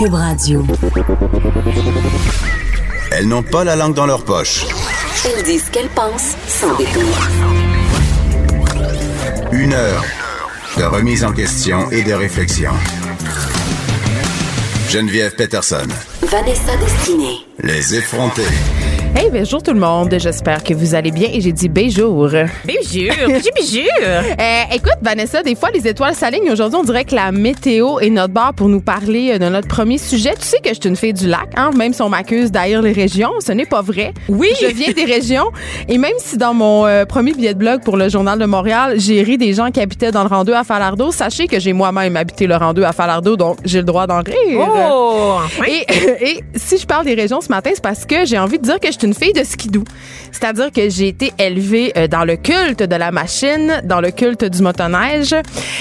Cube Radio. Elles n'ont pas la langue dans leur poche. Elles disent ce qu'elles pensent sans détour. 1 heure de remise en question et de réflexion. Geneviève Peterson. Vanessa Destinée. Les effrontés. Hey, bonjour tout le monde. J'espère que vous allez bien. Et j'ai dit bonjour. Bonjour. Écoute, Vanessa, des fois, les étoiles s'alignent. Aujourd'hui, on dirait que la météo est notre bord pour nous parler de notre premier sujet. Tu sais que je suis une fille du lac, hein? Même si on m'accuse d'haïr les régions, ce n'est pas vrai. Oui. Je viens des régions. Et même si dans mon premier billet de blog pour le Journal de Montréal, j'ai ri des gens qui habitaient dans le rang 2 à Falardeau, sachez que j'ai moi-même habité le rang 2 à Falardeau, donc j'ai le droit d'en rire. Oh, enfin. Et si je parle des régions ce matin, c'est parce que j'ai envie de dire que je suis une fille de skidoo. C'est-à-dire que j'ai été élevée dans le culte de la machine, dans le culte du motoneige.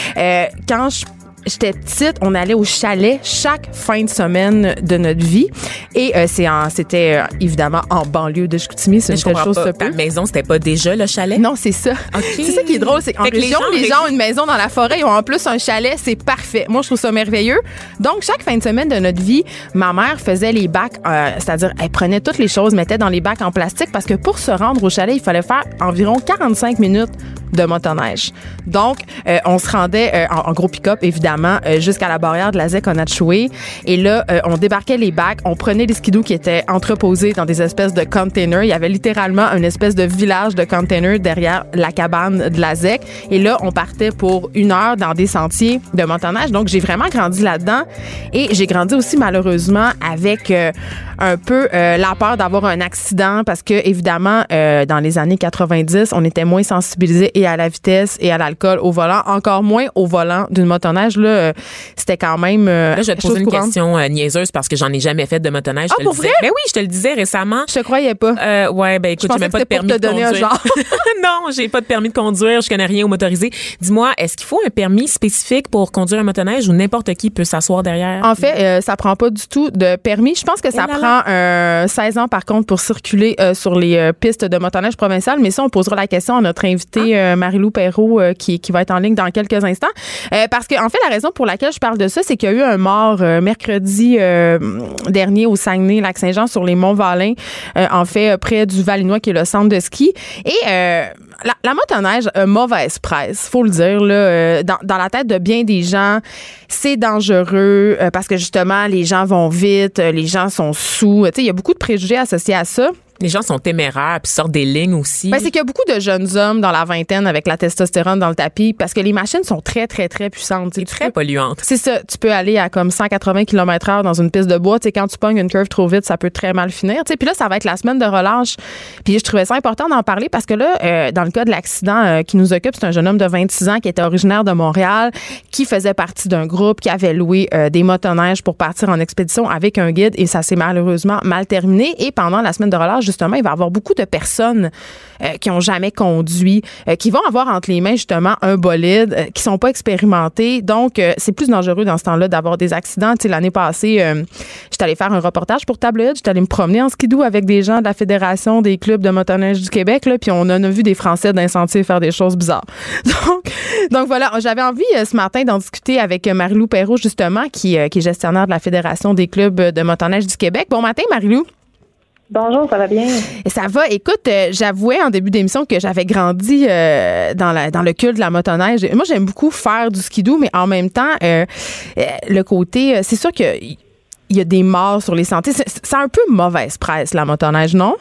Quand j'étais petite, on allait au chalet chaque fin de semaine de notre vie. Et c'était évidemment en banlieue de Chicoutimi. C'est une telle chose pas. Ta maison, c'était pas déjà le chalet? Non, c'est ça. Okay. C'est ça qui est drôle. C'est qu'en région, les gens ont une maison dans la forêt. Ils ont en plus un chalet. C'est parfait. Moi, je trouve ça merveilleux. Donc, chaque fin de semaine de notre vie, ma mère faisait les bacs, c'est-à-dire, elle prenait toutes les choses, mettait dans les bacs en plastique parce que pour se rendre au chalet, il fallait faire environ 45 minutes de motoneige. Donc, on se rendait en gros pick-up, évidemment, jusqu'à la barrière de la ZEC-Onatchoué. Et là, on débarquait les bacs, on prenait les skidoos qui étaient entreposés dans des espèces de containers. Il y avait littéralement une espèce de village de containers derrière la cabane de la ZEC. Et là, on partait pour 1 heure dans des sentiers de motoneige. Donc, j'ai vraiment grandi là-dedans. Et j'ai grandi aussi, malheureusement, avec un peu la peur d'avoir un accident parce que, évidemment, dans les années 90, on était moins sensibilisés et à la vitesse et à l'alcool au volant, encore moins au volant d'une motoneige. Là, c'était quand même là, je vais te poser une question niaiseuse parce que j'en ai jamais fait de motoneige. Ah, pour vrai? Ben oui, je te le disais récemment. Je te croyais pas. Ouais, ben écoute, j'ai même pas de permis de conduire. Non, j'ai pas de permis de conduire, je connais rien au motorisé. Dis-moi, est-ce qu'il faut un permis spécifique pour conduire un motoneige ou n'importe qui peut s'asseoir derrière? En fait, ça prend pas du tout de permis. Je pense que ça prend 16 ans, par contre, pour circuler sur les pistes de motoneige provinciales. Mais ça, on posera la question à notre invitée Marie-Lou Perrault qui va être en ligne dans quelques instants. Parce que, en fait, la raison pour laquelle je parle de ça, c'est qu'il y a eu un mort mercredi dernier au Saguenay, Lac-Saint-Jean, sur les Monts-Valin, en fait, près du Valinois, qui est le centre de ski. Et la motoneige a mauvaise presse, faut le dire. Là, dans la tête de bien des gens, c'est dangereux parce que, justement, les gens vont vite, les gens sont sous. Tu sais, il y a beaucoup de préjugés associés à ça. Les gens sont téméraires puis sortent des lignes aussi. Ben, c'est qu'il y a beaucoup de jeunes hommes dans la vingtaine avec la testostérone dans le tapis parce que les machines sont très, très, très puissantes. Et très polluantes. C'est ça. Tu peux aller à comme 180 km/h dans une piste de bois. Tu sais, quand tu pognes une curve trop vite, ça peut très mal finir. Puis là, ça va être la semaine de relâche. Puis je trouvais ça important d'en parler parce que là, dans le cas de l'accident qui nous occupe, c'est un jeune homme de 26 ans qui était originaire de Montréal, qui faisait partie d'un groupe, qui avait loué des motoneiges pour partir en expédition avec un guide et ça s'est malheureusement mal terminé. Et pendant la semaine de relâche, justement, il va y avoir beaucoup de personnes qui n'ont jamais conduit, qui vont avoir entre les mains justement un bolide, qui sont pas expérimentés. Donc, c'est plus dangereux dans ce temps-là d'avoir des accidents. Tu sais, l'année passée, j'étais allée faire un reportage pour Tabloïd. J'étais allée me promener en skidoo avec des gens de la Fédération des clubs de motoneige du Québec. Là, puis on en a vu des Français d'un sentier faire des choses bizarres. Donc voilà, j'avais envie ce matin d'en discuter avec Marie-Lou Perrault, justement, qui est gestionnaire de la Fédération des clubs de motoneige du Québec. Bon matin, Marie-Lou. Bonjour, ça va bien? Ça va. Écoute, j'avouais en début d'émission que j'avais grandi dans le culte de la motoneige. Moi, j'aime beaucoup faire du skidoo, mais en même temps, le côté... c'est sûr qu'il y a des morts sur les sentiers. C'est un peu mauvaise presse, la motoneige, non?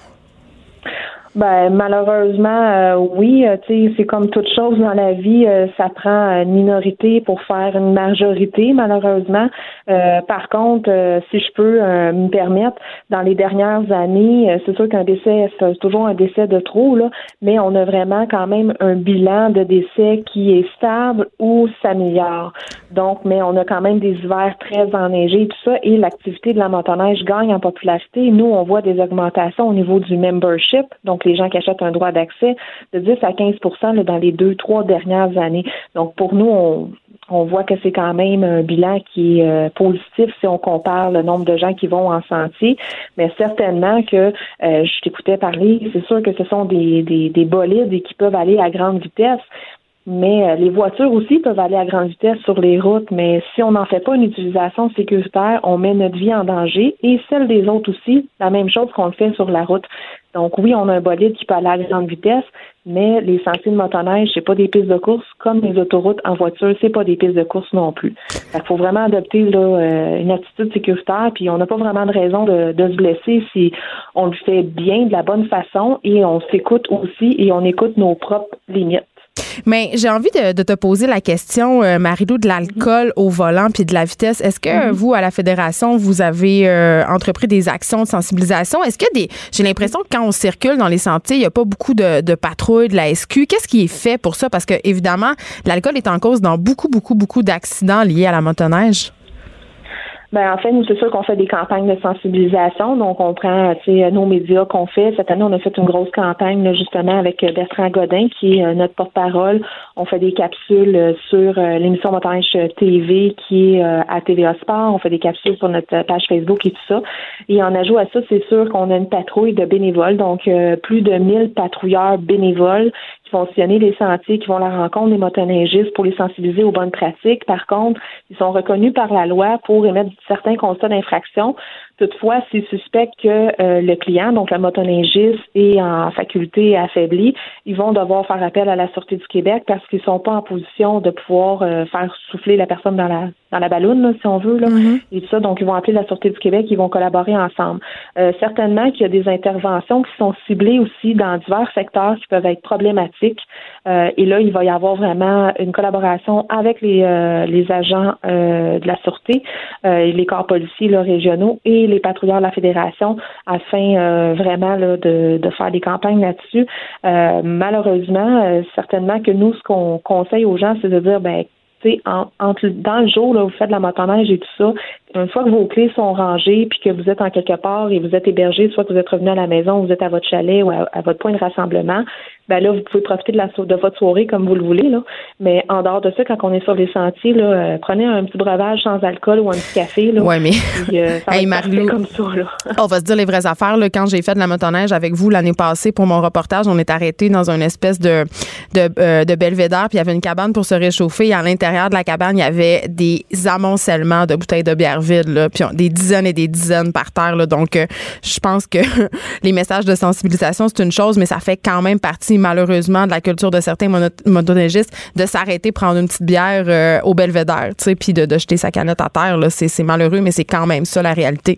Ben malheureusement, oui, tu sais, c'est comme toute chose dans la vie, ça prend une minorité pour faire une majorité, malheureusement. Par contre, si je peux me permettre, dans les dernières années, c'est sûr qu'un décès, c'est toujours un décès de trop, là, mais on a vraiment quand même un bilan de décès qui est stable ou s'améliore. Donc, mais on a quand même des hivers très enneigés, tout ça, et l'activité de la motoneige gagne en popularité. Nous, on voit des augmentations au niveau du membership, donc les gens qui achètent un droit d'accès, de 10 à 15 là, dans les 2-3 dernières années. Donc, pour nous, on voit que c'est quand même un bilan qui est positif si on compare le nombre de gens qui vont en sentier. Mais certainement que je t'écoutais parler, c'est sûr que ce sont des bolides et qui peuvent aller à grande vitesse. Mais les voitures aussi peuvent aller à grande vitesse sur les routes, mais si on n'en fait pas une utilisation sécuritaire, on met notre vie en danger et celle des autres aussi, la même chose qu'on le fait sur la route. Donc oui, on a un bolide qui peut aller à grande vitesse, mais les sentiers de motoneige, c'est pas des pistes de course comme les autoroutes en voiture, c'est pas des pistes de course non plus. Il faut vraiment adopter là, une attitude sécuritaire, puis on n'a pas vraiment de raison de se blesser si on le fait bien, de la bonne façon, et on s'écoute aussi et on écoute nos propres limites. Mais j'ai envie de te poser la question, Marie-Lou, de l'alcool au volant puis de la vitesse. Est-ce que vous, à la Fédération, vous avez entrepris des actions de sensibilisation? Est-ce que j'ai l'impression que quand on circule dans les sentiers, il n'y a pas beaucoup de patrouilles de la SQ. Qu'est-ce qui est fait pour ça? Parce que, évidemment, l'alcool est en cause dans beaucoup d'accidents liés à la motoneige. En fait, nous, c'est sûr qu'on fait des campagnes de sensibilisation. Donc, on prend, nos médias qu'on fait. Cette année, on a fait une grosse campagne, là, justement, avec Bertrand Godin, qui est notre porte-parole. On fait des capsules sur l'émission Motoneige TV, qui est à TVA Sport. On fait des capsules sur notre page Facebook et tout ça. Et en ajout à ça, c'est sûr qu'on a une patrouille de bénévoles. Donc, plus de 1000 patrouilleurs bénévoles qui vont sillonner les sentiers, qui vont à la rencontre des motoneigistes pour les sensibiliser aux bonnes pratiques. Par contre, ils sont reconnus par la loi pour émettre certains constats d'infraction. Toutefois, s'ils suspectent que le client, donc le motoneigiste, est en faculté affaiblie, ils vont devoir faire appel à la Sûreté du Québec parce qu'ils sont pas en position de pouvoir faire souffler la personne dans la balloune, là, si on veut, là, et tout ça. Donc, ils vont appeler la Sûreté du Québec, ils vont collaborer ensemble. Certainement qu'il y a des interventions qui sont ciblées aussi dans divers secteurs qui peuvent être problématiques. Et là, il va y avoir vraiment une collaboration avec les agents de la Sûreté, les corps policiers là, régionaux et les patrouilleurs de la Fédération afin vraiment là, de faire des campagnes là-dessus. Malheureusement, certainement que nous, ce qu'on conseille aux gens, c'est de dire, dans le jour, là, vous faites de la motoneige et tout ça, une fois que vos clés sont rangées puis que vous êtes en quelque part et vous êtes hébergé, soit que vous êtes revenu à la maison, vous êtes à votre chalet ou à votre point de rassemblement, là, vous pouvez profiter de votre soirée comme vous le voulez, là. Mais en dehors de ça, quand on est sur les sentiers, là, prenez un petit breuvage sans alcool ou un petit café, là. Ouais, mais hey, Marie-Lou, comme ça, là. On va se dire les vraies affaires, là. Quand j'ai fait de la motoneige avec vous l'année passée pour mon reportage, on est arrêté dans une espèce de belvédère, puis il y avait une cabane pour se réchauffer. Et à l'intérieur de la cabane, il y avait des amoncellements de bouteilles de bière vides, là, puis des dizaines et des dizaines par terre, là. Donc, je pense que les messages de sensibilisation, c'est une chose, mais ça fait quand même partie, malheureusement, de la culture de certains motoneigistes de s'arrêter, prendre une petite bière au belvédère, tu sais, puis de jeter sa canette à terre, là. C'est malheureux, mais c'est quand même ça, la réalité.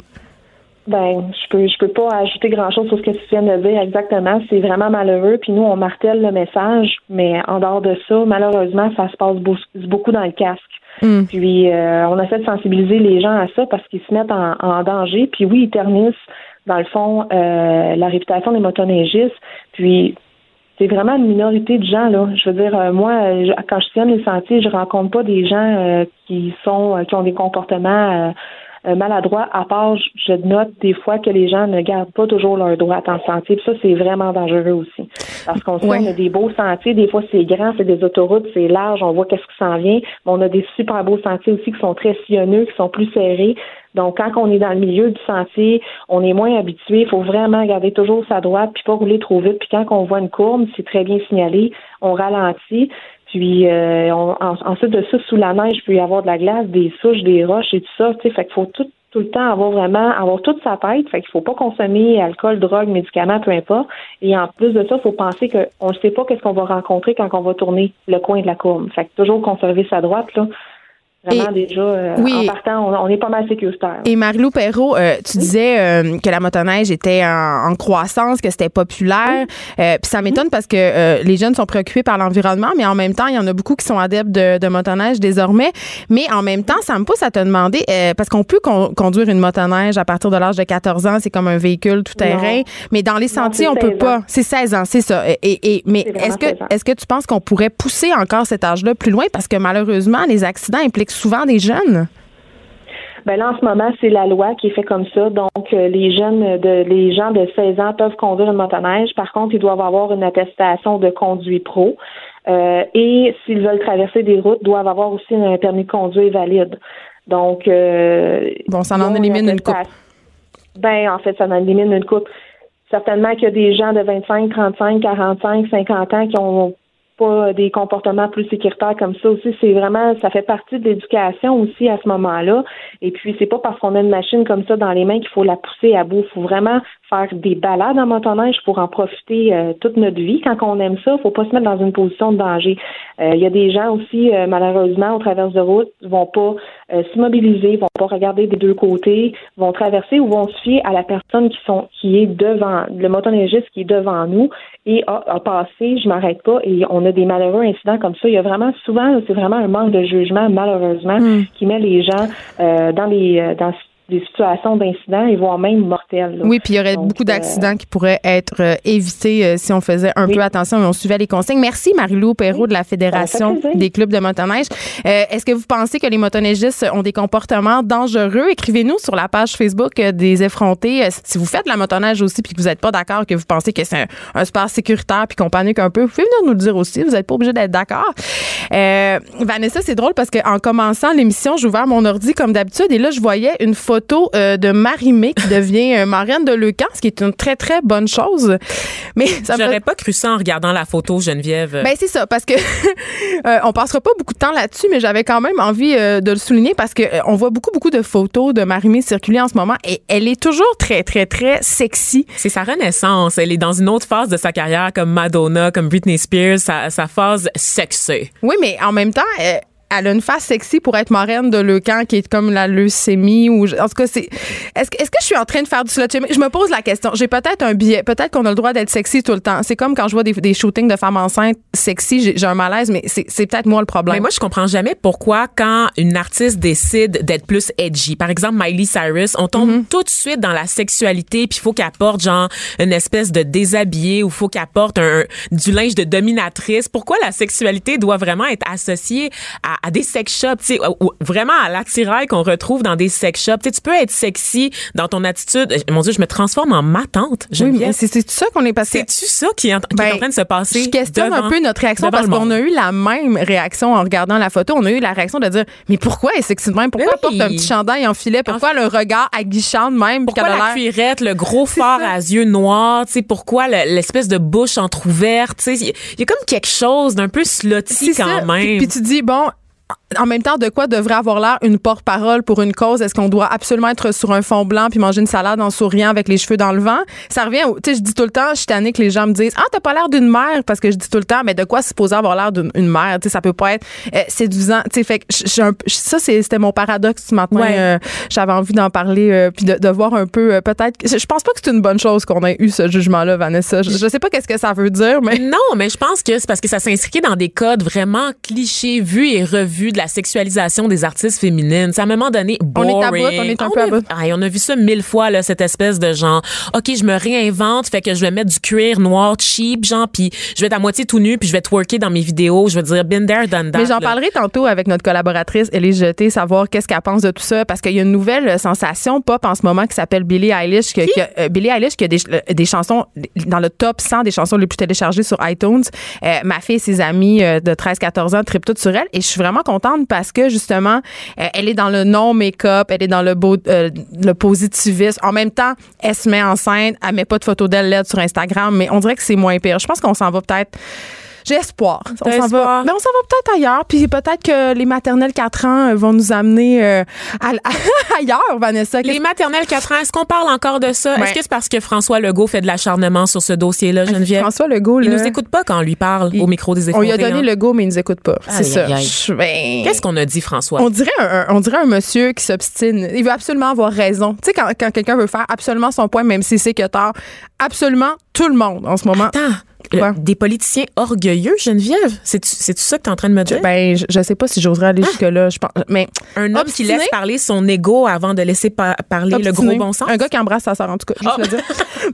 Je peux pas ajouter grand-chose sur ce que tu viens de dire exactement. C'est vraiment malheureux. Puis nous, on martèle le message, mais en dehors de ça, malheureusement, ça se passe beaucoup dans le casque. Puis on essaie de sensibiliser les gens à ça parce qu'ils se mettent en danger. Puis oui, ils ternissent, dans le fond, la réputation des motoneigistes. Puis c'est vraiment une minorité de gens, là. Je veux dire, moi, quand je sillonne les sentiers, je rencontre pas des gens qui ont des comportements maladroits, à part, je note des fois que les gens ne gardent pas toujours leur droit en sentier. Puis ça, c'est vraiment dangereux aussi. Parce qu'on sait, on a des beaux sentiers, des fois c'est grand, c'est des autoroutes, c'est large, on voit qu'est-ce qui s'en vient. Mais on a des super beaux sentiers aussi qui sont très sillonneux, qui sont plus serrés. Donc, quand on est dans le milieu du sentier, on est moins habitué. Il faut vraiment garder toujours sa droite puis pas rouler trop vite. Puis quand on voit une courbe, c'est très bien signalé, on ralentit. Puis ensuite de ça, sous la neige, il peut y avoir de la glace, des souches, des roches et tout ça. Tu sais, fait qu'il faut tout le temps avoir toute sa tête. Fait qu'il faut pas consommer alcool, drogue, médicaments, peu importe. Et en plus de ça, il faut penser qu'on ne sait pas qu'est-ce qu'on va rencontrer quand on va tourner le coin de la courbe. Fait que toujours conserver sa droite, là. Vraiment, déjà, en partant, on est pas mal sécuritaire. Et Marie-Lou Perreault, tu disais que la motoneige était en croissance, que c'était populaire. Puis ça m'étonne parce que les jeunes sont préoccupés par l'environnement, mais en même temps, il y en a beaucoup qui sont adeptes de motoneige désormais. Mais en même temps, ça me pousse à te demander, parce qu'on peut conduire une motoneige à partir de l'âge de 14 ans, c'est comme un véhicule tout-terrain. Mais dans les sentiers, on peut pas. C'est 16 ans, c'est ça. Mais est-ce que tu penses qu'on pourrait pousser encore cet âge-là plus loin? Parce que malheureusement, les accidents impliquent souvent des jeunes. Là, en ce moment, c'est la loi qui est faite comme ça. Donc, les gens de 16 ans peuvent conduire une motoneige. Par contre, ils doivent avoir une attestation de conduit pro. Et s'ils veulent traverser des routes, doivent avoir aussi un permis de conduire valide. Donc, ça en élimine une coupe. En fait, ça en élimine une coupe. Certainement qu'il y a des gens de 25, 35, 45, 50 ans qui ont pas des comportements plus sécuritaires comme ça aussi. C'est vraiment, ça fait partie de l'éducation aussi à ce moment-là. Et puis, c'est pas parce qu'on a une machine comme ça dans les mains qu'il faut la pousser à bout. Il faut vraiment faire des balades en motoneige pour en profiter toute notre vie. Quand on aime ça, il faut pas se mettre dans une position de danger. Il y a des gens aussi, malheureusement, au travers de route, vont pas s'immobiliser, vont pas regarder des deux côtés, vont traverser ou vont se fier à la personne qui est devant, le motoneigiste qui est devant nous et a passé, je m'arrête pas, et on a des malheureux incidents comme ça. Il y a vraiment, souvent, c'est vraiment un manque de jugement, malheureusement, qui met les gens dans des situations d'incidents et voire même mortelles. Là. Oui, puis il y aurait beaucoup d'accidents qui pourraient être évités si on faisait un peu attention et on suivait les consignes. Merci Marie-Lou Perrault de la Fédération des clubs de motoneige. Est-ce que vous pensez que les motoneigistes ont des comportements dangereux? Écrivez-nous sur la page Facebook des effrontés. Si vous faites de la motoneige aussi puis que vous n'êtes pas d'accord, que vous pensez que c'est un sport sécuritaire puis qu'on panique un peu, vous pouvez venir nous le dire aussi. Vous n'êtes pas obligé d'être d'accord. Vanessa, c'est drôle parce qu'en commençant l'émission, j'ai ouvert mon ordi comme d'habitude et là, je voyais une photo de Marie-Mé qui devient marraine de Leucan, ce qui est une très, très bonne chose. Mais j'aurais pas cru ça en regardant la photo, Geneviève. Ben c'est ça, parce que on passera pas beaucoup de temps là-dessus, mais j'avais quand même envie de le souligner parce que on voit beaucoup de photos de Marie-Mé circuler en ce moment et elle est toujours très, très, très sexy. C'est sa renaissance. Elle est dans une autre phase de sa carrière comme Madonna, comme Britney Spears, sa phase sexy. Oui, mais en même temps... elle a une face sexy pour être marraine de Leucan, qui est comme la leucémie. En tout cas, est-ce que je suis en train de faire du slut-shaming? Je me pose la question. J'ai peut-être un biais. Peut-être qu'on a le droit d'être sexy tout le temps. C'est comme quand je vois des shootings de femmes enceintes sexy, j'ai un malaise, mais c'est peut-être moi le problème. Mais moi, je comprends jamais pourquoi quand une artiste décide d'être plus edgy, par exemple Miley Cyrus, on tombe tout de suite dans la sexualité, puis il faut qu'elle porte genre une espèce de déshabillé ou il faut qu'elle porte du linge de dominatrice. Pourquoi la sexualité doit vraiment être associée à des sex shops, tu sais, vraiment à l'attirail qu'on retrouve dans des sex shops. Tu sais, tu peux être sexy dans ton attitude. Mon Dieu, je me transforme en ma tante. Oui, mais c'est ça qu'on est passé. C'est-tu ça qui est en train de se passer? Je questionne un peu notre réaction parce qu'on a eu la même réaction en regardant la photo. On a eu la réaction de dire, mais pourquoi elle est sexy de même? Pourquoi elle porte un petit chandail en filet? Pourquoi le regard aguichant de même? Pourquoi la cuirette, le gros fard à yeux noirs? Tu sais, pourquoi l'espèce de bouche entrouverte? Tu sais, il y a comme quelque chose d'un peu slutty quand même. Puis tu dis, bon, en même temps, de quoi devrait avoir l'air une porte-parole pour une cause? Est-ce qu'on doit absolument être sur un fond blanc puis manger une salade en souriant avec les cheveux dans le vent? Ça revient, tu sais, je dis tout le temps, je suis tannée que les gens me disent « Ah, t'as pas l'air d'une mère » parce que je dis tout le temps, mais de quoi supposer avoir l'air d'une mère? Tu sais, ça peut pas être séduisant. Tu sais, fait que ça, c'était mon paradoxe ce matin. Ouais. J'avais envie d'en parler puis de voir un peu, peut-être... Je pense pas que c'est une bonne chose qu'on ait eu ce jugement-là, Vanessa. Je sais pas qu'est-ce que ça veut dire, mais... Non, mais je pense que c'est parce que ça s'inscrit dans des codes vraiment clichés, vus et revus de la sexualisation des artistes féminines. C'est à un moment donné boring. On est à bout, on est un peu à bout. On a vu ça 1000 fois, là, cette espèce de genre, OK, je me réinvente, fait que je vais mettre du cuir noir cheap, genre, puis je vais être à moitié tout nu, puis je vais twerker dans mes vidéos. Je vais dire, been there, done that. Mais j'en parlerai tantôt avec notre collaboratrice Élise Jeté, savoir qu'est-ce qu'elle pense de tout ça, parce qu'il y a une nouvelle sensation pop en ce moment qui s'appelle Billie Eilish, Billie Eilish qui a des chansons dans le top 100 des chansons les plus téléchargées sur iTunes. Ma fille et ses amis de 13-14 ans trippent toutes sur elle, et je suis vraiment contente parce que justement, elle est dans le non-make-up, elle est dans le positivisme. En même temps, elle se met enceinte, elle met pas de photos d'elle LED sur Instagram, mais on dirait que c'est moins pire. Je pense qu'on s'en va peut-être... J'ai espoir. On s'en va peut-être ailleurs. Puis peut-être que les maternelles 4 ans vont nous amener ailleurs, Vanessa. Les maternelles 4 ans, est-ce qu'on parle encore de ça? Ouais. Est-ce que c'est parce que François Legault fait de l'acharnement sur ce dossier-là, Geneviève? François Legault, il nous écoute pas quand on lui parle au micro des effrontés. On lui a donné Legault, mais il nous écoute pas. C'est ça. Qu'est-ce qu'on a dit, François? On dirait un monsieur qui s'obstine. Il veut absolument avoir raison. Tu sais, quand quelqu'un veut faire absolument son point, même si c'est que tard, absolument tout le monde en ce moment. Attends. Des politiciens orgueilleux, Geneviève? C'est-tu ça que tu es en train de me dire? Ben, je sais pas si j'oserais aller jusque-là. Je pense, mais un homme qui laisse parler son ego avant de laisser parler le gros bon sens? Un gars qui embrasse sa sœur, en tout cas. Juste le dire.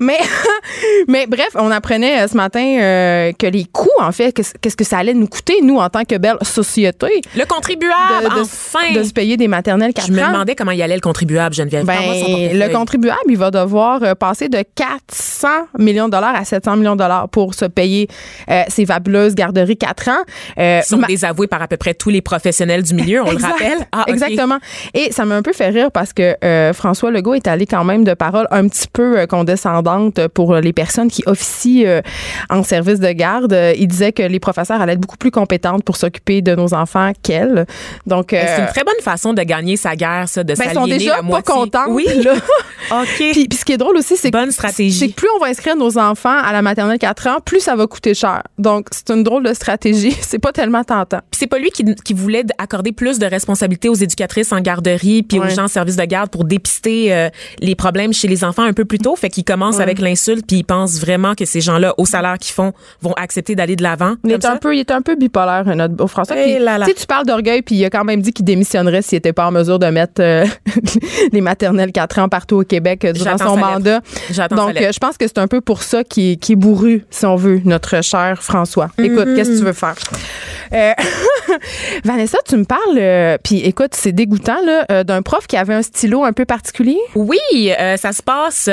mais bref, on apprenait ce matin que les coûts, en fait, qu'est-ce que ça allait nous coûter, nous, en tant que belle société. Le contribuable, enfin! De se payer des maternelles 4 ans. Je me demandais comment il allait, le contribuable, Geneviève. Ben, le contribuable, il va devoir passer de 400 millions de dollars à 700 millions de dollars pour se payer ces fabuleuses garderies 4 ans. Ils sont désavoués par à peu près tous les professionnels du milieu, on le rappelle. Ah, okay. Exactement. Et ça m'a un peu fait rire parce que François Legault est allé quand même de paroles un petit peu condescendantes pour les personnes qui officient en service de garde. Il disait que les professeurs allaient être beaucoup plus compétentes pour s'occuper de nos enfants qu'elles. Donc, c'est une très bonne façon de gagner sa guerre, ça, de s'aliéner ils sont déjà pas contents. Oui. Là. OK. Puis ce qui est drôle aussi, c'est bonne stratégie. C'est que plus on va inscrire nos enfants à la maternelle 4 ans, plus ça va coûter cher. Donc, c'est une drôle de stratégie. C'est pas tellement tentant. Puis c'est pas lui qui voulait accorder plus de responsabilités aux éducatrices en garderie puis aux gens en service de garde pour dépister les problèmes chez les enfants un peu plus tôt. Fait qu'il commence avec l'insulte puis il pense vraiment que ces gens-là, au salaire qu'ils font, vont accepter d'aller de l'avant. Il est un peu bipolaire, notre beau François. Tu parles d'orgueil puis il a quand même dit qu'il démissionnerait s'il était pas en mesure de mettre les maternelles 4 ans partout au Québec durant son mandat. Donc, je pense que c'est un peu pour ça qu'il est bourru, si on veut, notre cher François. Écoute, qu'est-ce que tu veux faire? Vanessa, tu me parles, puis écoute, c'est dégoûtant, là, d'un prof qui avait un stylo un peu particulier. Oui, ça se passe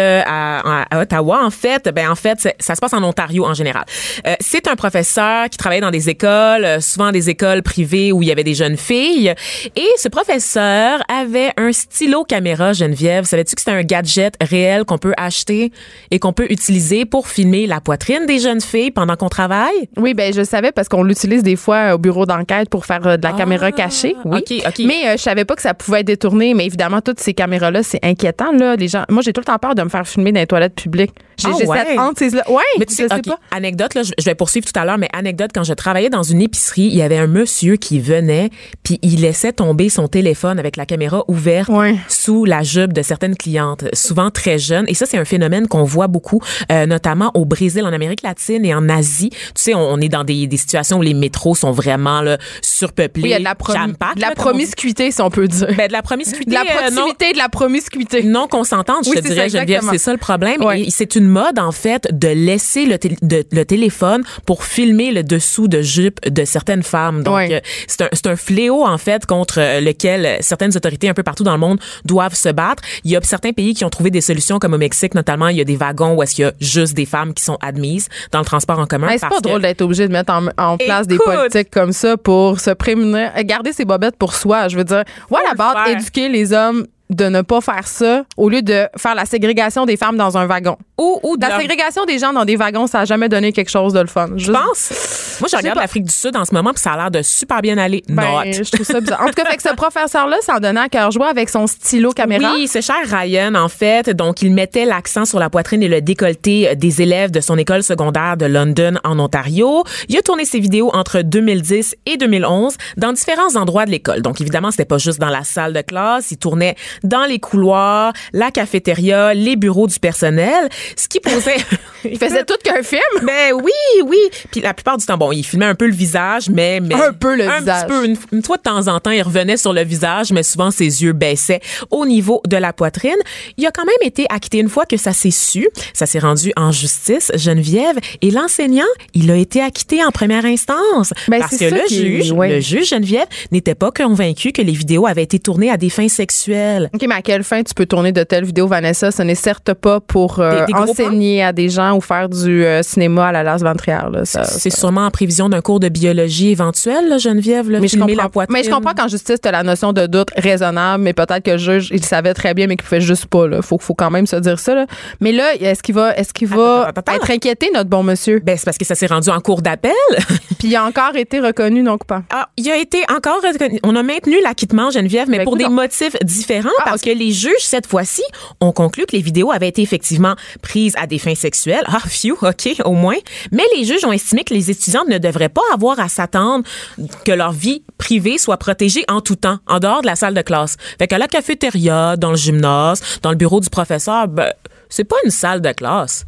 à Ottawa, en fait. Ça se passe en Ontario, en général. C'est un professeur qui travaillait dans des écoles, souvent des écoles privées où il y avait des jeunes filles. Et ce professeur avait un stylo caméra, Geneviève. Savais-tu que c'était un gadget réel qu'on peut acheter et qu'on peut utiliser pour filmer la poitrine des jeunes filles pendant qu'on travaille? Oui, ben je savais parce qu'on l'utilise des fois au bureau d'enquête pour faire de la caméra cachée. Oui. OK. Mais je savais pas que ça pouvait être détourné. Mais évidemment, toutes ces caméras-là, c'est inquiétant. Là. Les gens, moi, j'ai tout le temps peur de me faire filmer dans les toilettes publiques. J'ai cette hantise-là. Ouais, mais tu sais, pas. Anecdote, là, je vais poursuivre tout à l'heure, mais anecdote, quand je travaillais dans une épicerie, il y avait un monsieur qui venait puis il laissait tomber son téléphone avec la caméra ouverte sous la jupe de certaines clientes, souvent très jeunes. Et ça, c'est un phénomène qu'on voit beaucoup, notamment au Brésil, en Amérique latine et en Asie. Tu sais, on est dans des situations où les métros sont vraiment là, surpeuplés. Oui, il y a de la promiscuité, si on peut dire. Ben, de la promiscuité. De la proximité, de la promiscuité. Non consentante, je te dirais, Geneviève. C'est ça le problème. Et c'est une mode, en fait, de laisser le téléphone pour filmer le dessous de jupe de certaines femmes. Donc, c'est un fléau, en fait, contre lequel certaines autorités un peu partout dans le monde doivent se battre. Il y a certains pays qui ont trouvé des solutions, comme au Mexique, notamment, il y a des wagons où est-ce qu'il y a juste des femmes qui sont admises dans le transport en commun. C'est pas drôle d'être obligé de mettre en place des politiques comme ça pour se prémunir, garder ses bobettes pour soi. Je veux dire, éduquer les hommes de ne pas faire ça au lieu de faire la ségrégation des femmes dans un wagon. Ou la ségrégation des gens dans des wagons, ça n'a jamais donné quelque chose de le fun. Je pense. Moi, je regarde l'Afrique du Sud en ce moment puis ça a l'air de super bien aller. Je trouve ça bizarre. En tout cas, fait que ce professeur-là s'en donnait à cœur joie avec son stylo caméra. Oui, c'est cher Ryan, en fait. Donc, il mettait l'accent sur la poitrine et le décolleté des élèves de son école secondaire de London, en Ontario. Il a tourné ses vidéos entre 2010 et 2011 dans différents endroits de l'école. Donc, évidemment, c'était pas juste dans la salle de classe. Il tournait dans les couloirs, la cafétéria, les bureaux du personnel, ce qui posait... Il faisait tout qu'un film? Ben oui. Puis la plupart du temps, il filmait un peu le visage, mais un peu le visage. Un petit peu, une fois de temps en temps, il revenait sur le visage, mais souvent ses yeux baissaient au niveau de la poitrine. Il a quand même été acquitté une fois que ça s'est su. Ça s'est rendu en justice, Geneviève, et l'enseignant, il a été acquitté en première instance. Parce que le juge, Geneviève, n'était pas convaincu que les vidéos avaient été tournées à des fins sexuelles. OK, mais à quelle fin tu peux tourner de telles vidéos, Vanessa? Ce n'est certes pas pour enseigner à des gens ou faire du cinéma à la Lars von Trier. C'est sûrement en prévision d'un cours de biologie éventuel, là, Geneviève, là, filmer la poitrine. Mais je comprends qu'en justice, tu as la notion de doute raisonnable, mais peut-être que le juge, il savait très bien, mais qu'il ne fait juste pas. Il faut quand même se dire ça. Là. Mais là, est-ce qu'il va être inquiété, notre bon monsieur? Ben, c'est parce que ça s'est rendu en cour d'appel. Puis il a encore été reconnu non coupable. Il a été encore reconnu. On a maintenu l'acquittement, Geneviève, mais pour des motifs différents, parce que les juges, cette fois-ci, ont conclu que les vidéos avaient été effectivement prises à des fins sexuelles. OK, au moins. Mais les juges ont estimé que les étudiants ne devraient pas avoir à s'attendre que leur vie privée soit protégée en tout temps, en dehors de la salle de classe. Fait qu'à la cafétéria, dans le gymnase, dans le bureau du professeur, c'est pas une salle de classe.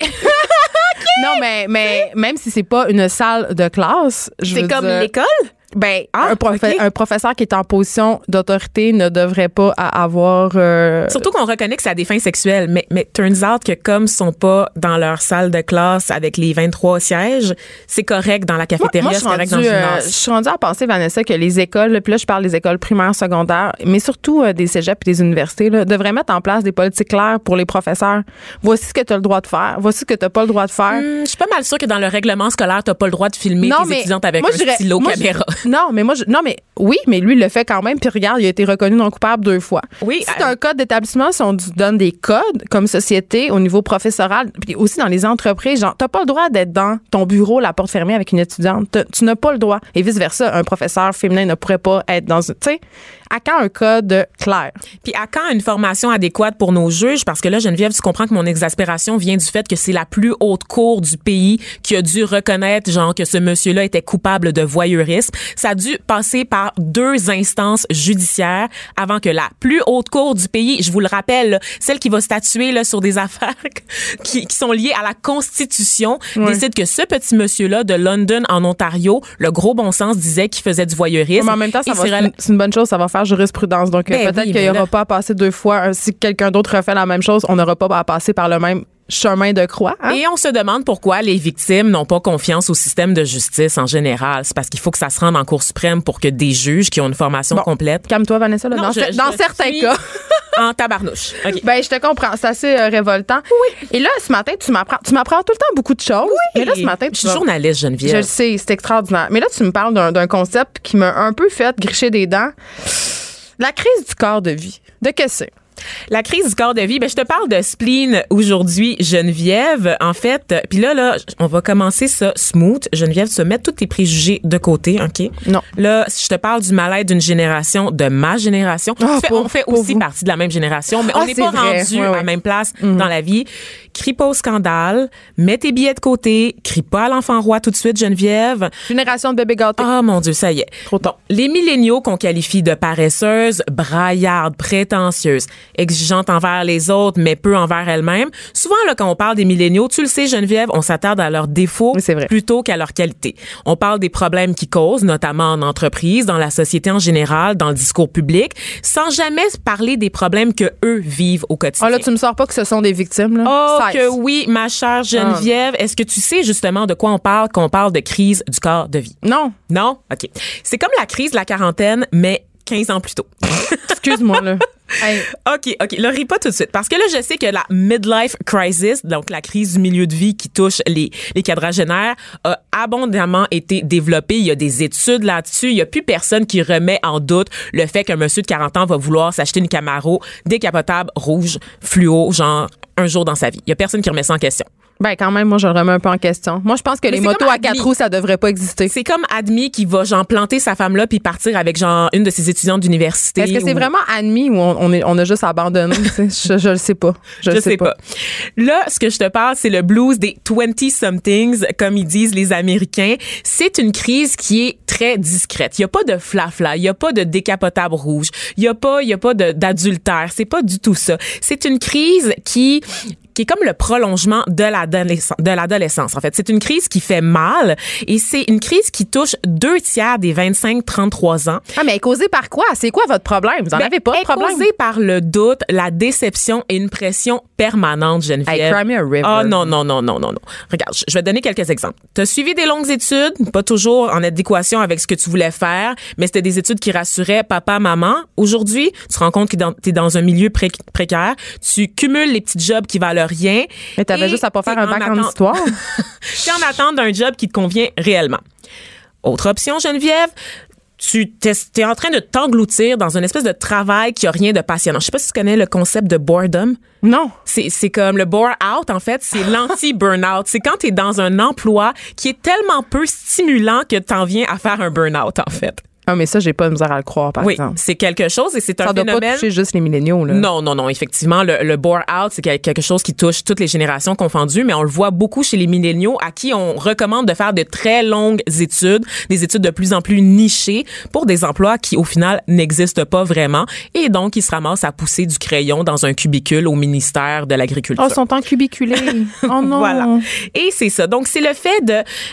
Non, mais même si c'est pas une salle de classe, c'est comme l'école? Un professeur qui est en position d'autorité ne devrait pas avoir... Surtout qu'on reconnaît que c'est à des fins sexuelles, mais turns out que comme ils sont pas dans leur salle de classe avec les 23 sièges, c'est correct dans la cafétéria, c'est correct dans le gymnase. Je suis rendue à penser, Vanessa, que les écoles, puis là je parle des écoles primaires, secondaires, mais surtout des cégeps et des universités, là, devraient mettre en place des politiques claires pour les professeurs. Voici ce que tu as le droit de faire, voici ce que tu n'as pas le droit de faire. Je suis pas mal sûre que dans le règlement scolaire, tu n'as pas le droit de filmer tes étudiantes avec un stylo caméra. Mais oui, mais lui, il le fait quand même. Puis regarde, il a été reconnu non coupable 2 fois. Oui. Si t'as un code d'établissement, si on donne des codes comme société au niveau professoral, puis aussi dans les entreprises, genre, t'as pas le droit d'être dans ton bureau, la porte fermée avec une étudiante. Tu n'as pas le droit. Et vice-versa, un professeur féminin ne pourrait pas être dans une... Tu sais, à quand un code clair? Puis à quand une formation adéquate pour nos juges? Parce que là, Geneviève, tu comprends que mon exaspération vient du fait que c'est la plus haute cour du pays qui a dû reconnaître, genre, que ce monsieur-là était coupable de voyeurisme. Ça a dû passer par 2 instances judiciaires avant que la plus haute cour du pays, je vous le rappelle, là, celle qui va statuer là, sur des affaires qui sont liées à la Constitution, décide que ce petit monsieur-là de London, en Ontario, le gros bon sens disait qu'il faisait du voyeurisme. Mais en même temps, c'est une bonne chose, ça va faire jurisprudence. Donc, peut-être qu'il n'y aura pas à passer 2 fois. Si quelqu'un d'autre refait la même chose, on n'aura pas à passer par le même chemin de croix. Hein? Et on se demande pourquoi les victimes n'ont pas confiance au système de justice en général. C'est parce qu'il faut que ça se rende en Cour suprême pour que des juges qui ont une formation complète... Calme-toi, Vanessa. Là, non, dans certains cas... en tabarnouche. Okay. Ben, je te comprends. C'est assez révoltant. Oui. Et là, ce matin, tu m'apprends tout le temps beaucoup de choses. Oui. Mais là, ce matin, je suis journaliste, Geneviève. Je le sais, c'est extraordinaire. Mais là, tu me parles d'un concept qui m'a un peu fait gricher des dents. La crise du corps de vie. De qu'est-ce que c'est? La crise du corps de vie, je te parle de spleen aujourd'hui, Geneviève. En fait, puis là, on va commencer ça smooth. Geneviève, tu vas mettre tous tes préjugés de côté, OK? Non. Là, je te parle du mal-être d'une génération, de ma génération. On fait aussi partie de la même génération, mais on n'est pas rendu à la même place dans la vie. Crie pas au scandale, mets tes billets de côté, crie pas à l'enfant roi tout de suite, Geneviève. Génération de bébés gâtés. Ah, mon Dieu, ça y est. Trop tard. Bon, les milléniaux qu'on qualifie de paresseuses, braillardes, prétentieuses, exigeantes envers les autres, mais peu envers elles-mêmes. Souvent, là, quand on parle des milléniaux, tu le sais, Geneviève, on s'attarde à leurs défauts plutôt qu'à leurs qualités. On parle des problèmes qu'ils causent, notamment en entreprise, dans la société en général, dans le discours public, sans jamais parler des problèmes que eux vivent au quotidien. Ah là, tu me sors pas que ce sont des victimes, là. Oh, que oui, ma chère Geneviève. Est-ce que tu sais justement de quoi on parle quand on parle de crise du corps de vie? Non. Non? OK. C'est comme la crise de la quarantaine, mais 15 ans plus tôt. Excuse-moi, là. Hey. OK. Là, ris pas tout de suite. Parce que là, je sais que la midlife crisis, donc la crise du milieu de vie qui touche les quadragénaires, a abondamment été développée. Il y a des études là-dessus. Il y a plus personne qui remet en doute le fait qu'un monsieur de 40 ans va vouloir s'acheter une Camaro décapotable rouge fluo, genre un jour dans sa vie. Il y a personne qui remet ça en question. Ben quand même, moi, je le remets un peu en question. Moi, je pense que les motos à 4 roues, ça devrait pas exister. C'est comme admis qui va, genre, planter sa femme là puis partir avec, genre, une de ses étudiantes d'université. Est-ce que c'est vraiment admis ou on a juste abandonné? Je le sais pas. Je le sais pas. Là, ce que je te parle, c'est le blues des 20-somethings, comme ils disent les Américains. C'est une crise qui est très discrète. Il y a pas de flafla, il y a pas de décapotable rouge, il y a pas d'adultère. C'est pas du tout ça. C'est une crise qui est comme le prolongement de l'adolescence. En fait, c'est une crise qui fait mal et c'est une crise qui touche 2/3 des 25-33 ans. Ah, mais elle est causée par quoi? C'est quoi votre problème? Vous en avez pas de problème? Elle est causée par le doute, la déception et une pression permanente, Geneviève. Hey, cry me a river. Ah, non. Regarde, je vais te donner quelques exemples. T'as suivi des longues études, pas toujours en adéquation avec ce que tu voulais faire, mais c'était des études qui rassuraient papa, maman. Aujourd'hui, tu te rends compte que t'es dans un milieu précaire. Tu cumules les petits jobs qui valent rien. Mais t'avais juste à pas faire un bac en histoire. T'es en attente d'un job qui te convient réellement. Autre option, Geneviève, t'es en train de t'engloutir dans une espèce de travail qui a rien de passionnant. Je sais pas si tu connais le concept de boredom. Non. C'est comme le bore out, en fait, c'est l'anti-burnout. C'est quand t'es dans un emploi qui est tellement peu stimulant que t'en viens à faire un burn-out, en fait. Ah, mais ça, j'ai pas de misère à le croire, par exemple. C'est quelque chose et c'est un phénomène. Ça doit pas toucher juste les milléniaux, là. Non. Effectivement, le bore-out, c'est quelque chose qui touche toutes les générations confondues, mais on le voit beaucoup chez les milléniaux à qui on recommande de faire de très longues études, des études de plus en plus nichées pour des emplois qui, au final, n'existent pas vraiment. Et donc, ils se ramassent à pousser du crayon dans un cubicule au ministère de l'Agriculture. Oh, ils sont encubiculés. Oh non. Voilà. Et c'est ça. Donc, c'est le fait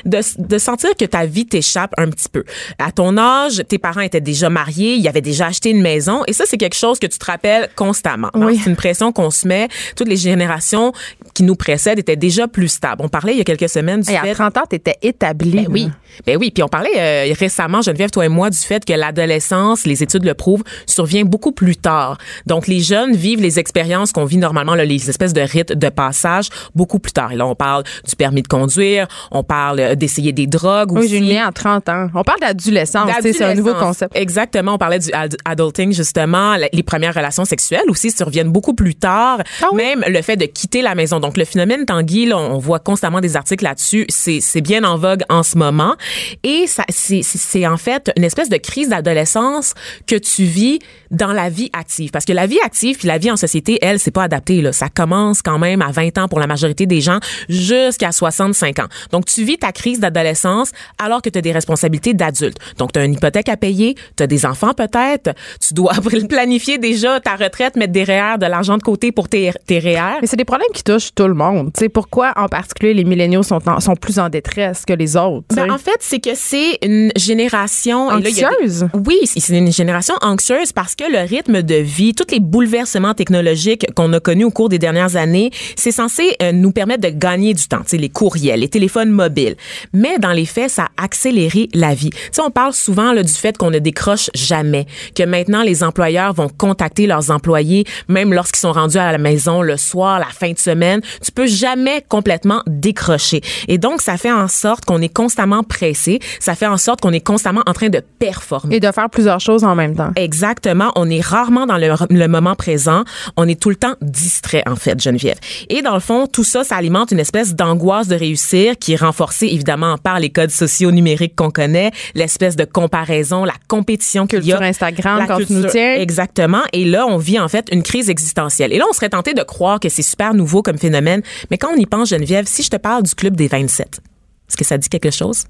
de sentir que ta vie t'échappe un petit peu. À ton âge, tes parents étaient déjà mariés, ils avaient déjà acheté une maison et ça, c'est quelque chose que tu te rappelles constamment. Oui. C'est une pression qu'on se met. Toutes les générations qui nous précèdent étaient déjà plus stables. On parlait il y a quelques semaines du fait... À 30 ans, t'étais établie. Ben oui. Puis on parlait récemment, Geneviève, toi et moi, du fait que l'adolescence, les études le prouvent, survient beaucoup plus tard. Donc, les jeunes vivent les expériences qu'on vit normalement, là, les espèces de rites de passage, beaucoup plus tard. Et là, on parle du permis de conduire, on parle d'essayer des drogues aussi. Oui, Julien, à 30 ans. On parle d'adolescence, c'est un nouveau concept. Exactement. On parlait du adulting, justement. Les premières relations sexuelles aussi surviennent beaucoup plus tard. Ah oui? Même le fait de quitter la maison. Donc, le phénomène Tanguy, là, on voit constamment des articles là-dessus. C'est bien en vogue en ce moment. Et ça, c'est en fait une espèce de crise d'adolescence que tu vis dans la vie active. Parce que la vie active puis la vie en société, elle, c'est pas adapté, là. Ça commence quand même à 20 ans pour la majorité des gens jusqu'à 65 ans. Donc, tu vis ta crise d'adolescence alors que tu as des responsabilités d'adulte. Donc, tu as une hypothèque à payer, tu as des enfants peut-être, tu dois planifier déjà ta retraite, mettre des REER, de l'argent de côté pour tes REER. Mais c'est des problèmes qui touchent tout le monde. Tu sais, pourquoi en particulier les milléniaux sont plus en détresse que les autres? Ben, en fait, c'est que c'est une génération... Anxieuse? Oui, c'est une génération anxieuse parce que le rythme de vie, tous les bouleversements technologiques qu'on a connus au cours des dernières années, c'est censé nous permettre de gagner du temps. Tu sais, les courriels, les téléphones mobiles. Mais dans les faits, ça a accéléré la vie. Tu sais, on parle souvent là, du fait qu'on ne décroche jamais, que maintenant les employeurs vont contacter leurs employés, même lorsqu'ils sont rendus à la maison le soir, la fin de semaine. Tu peux jamais complètement décrocher. Et donc, ça fait en sorte qu'on est constamment pressé. Ça fait en sorte qu'on est constamment en train de performer. Et de faire plusieurs choses en même temps. Exactement. On est rarement dans le moment présent. On est tout le temps distrait, en fait, Geneviève. Et dans le fond, tout ça, ça alimente une espèce d'angoisse de réussir qui est renforcée, évidemment, par les codes sociaux numériques qu'on connaît, l'espèce de comparaison, la compétition qu'il y a. Culture Instagram, quand tu nous tiens. Exactement. Et là, on vit, en fait, une crise existentielle. Et là, on serait tenté de croire que c'est super nouveau comme phénomène. Mais quand on y pense, Geneviève, si je te parle du Club des 27, est-ce que ça dit quelque chose?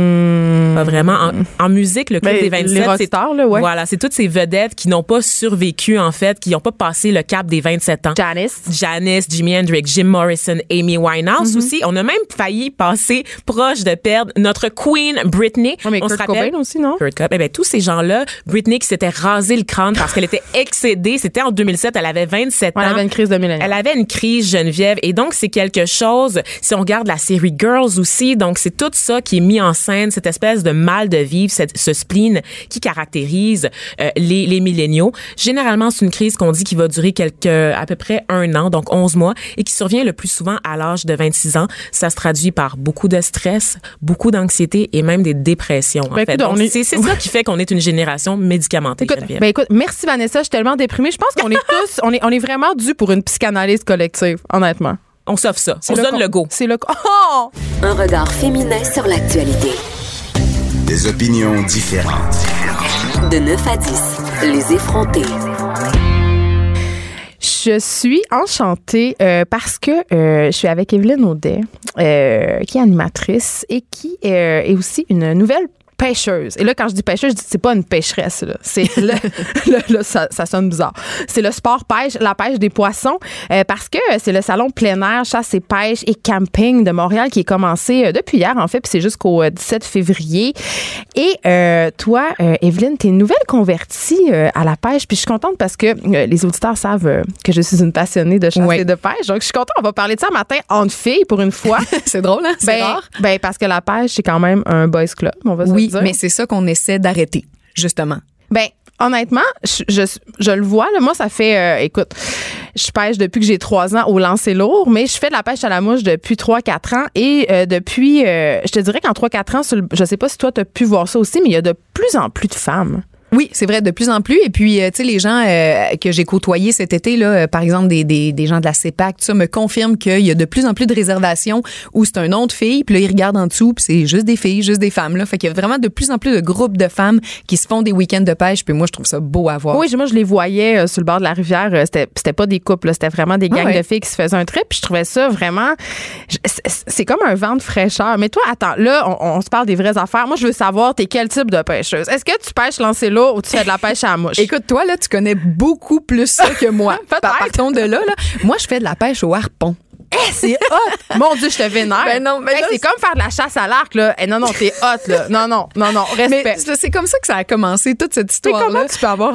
Pas vraiment. En musique, le Club des 27, les rockstars, là, ouais. Voilà, c'est toutes ces vedettes qui n'ont pas survécu, en fait, qui n'ont pas passé le cap des 27 ans. Janis, Jimi Hendrix, Jim Morrison, Amy Winehouse aussi. On a même failli passer proche de perdre notre Queen Britney. Ouais, mais on Kurt se rappelle. Cobain aussi, non? Kurt Cobain. Eh bien, tous ces gens-là, Britney qui s'était rasé le crâne parce qu'elle était excédée. C'était en 2007, elle avait 27 ans. Elle avait une crise de millénaire. Elle avait une crise, Geneviève. Et donc, c'est quelque chose, si on regarde la série Girls aussi, donc c'est tout ça qui est mis en scène, cette espèce de mal de vivre, ce spleen qui caractérise les milléniaux. Généralement, c'est une crise qu'on dit qui va durer à peu près 1 an, donc 11 mois, et qui survient le plus souvent à l'âge de 26 ans. Ça se traduit par beaucoup de stress, beaucoup d'anxiété et même des dépressions. En fait. Donc, c'est ça qui fait qu'on est une génération médicamentée. Écoute, merci Vanessa, je suis tellement déprimée. Je pense qu'on est tous, on est vraiment dû pour une psychanalyse collective, honnêtement. On s'offre ça. On se donne le go. C'est le go. Oh! Un regard féminin sur l'actualité. Des opinions différentes. De 9 à 10, les effrontés. Je suis enchantée parce que je suis avec Evelyne Audet, qui est animatrice et qui est aussi une nouvelle pêcheuse. Et là, quand je dis pêcheuse, je dis c'est pas une pêcheresse. Là. C'est ça sonne bizarre. C'est le sport pêche, la pêche des poissons, parce que c'est le salon plein air, chasse et pêche et camping de Montréal qui est commencé depuis hier, en fait, puis c'est jusqu'au 17 février. Et toi, Evelyne, t'es une nouvelle convertie à la pêche, puis je suis contente parce que les auditeurs savent que je suis une passionnée de chasse et de pêche. Donc, je suis contente. On va parler de ça matin entre filles pour une fois. C'est drôle, hein? C'est rare. Ben, parce que la pêche, c'est quand même un boys club, on va se dire. Mais c'est ça qu'on essaie d'arrêter, justement. Ben, honnêtement, je le vois. Là, moi, ça fait, écoute, je pêche depuis que j'ai 3 ans au lancer lourd, mais je fais de la pêche à la mouche depuis 3-4 ans. Et depuis, je te dirais qu'en 3-4 ans, je sais pas si toi, tu as pu voir ça aussi, mais il y a de plus en plus de femmes Oui, c'est vrai, de plus en plus. Et puis, tu sais, les gens que j'ai côtoyés cet été, là, par exemple, des gens de la CEPAC, tout ça, me confirment qu'il y a de plus en plus de réservations où c'est un nom de fille, puis là, ils regardent en dessous, puis c'est juste des filles, juste des femmes, là. Fait qu'il y a vraiment de plus en plus de groupes de femmes qui se font des week-ends de pêche, puis moi, je trouve ça beau à voir. Oui, moi, je les voyais sur le bord de la rivière. C'était pas des couples, là, c'était vraiment des gangs de filles qui se faisaient un trip, puis je trouvais ça vraiment... C'est comme un vent de fraîcheur. Mais toi, attends, là, on se parle des vraies affaires. Moi, je veux savoir, t'es quel type de pêcheuse? Est-ce que tu pêches lancé là ou tu fais de la pêche à la mouche? Écoute, toi, là, tu connais beaucoup plus ça que moi. Partons de là. Moi, je fais de la pêche au harpon. C'est hot! Mon Dieu, je te vénère. Ben non, mais là, c'est comme faire de la chasse à l'arc, là. Non, t'es hot, là. Non, respect. Mais c'est comme ça que ça a commencé, toute cette histoire-là. Mais comment tu peux avoir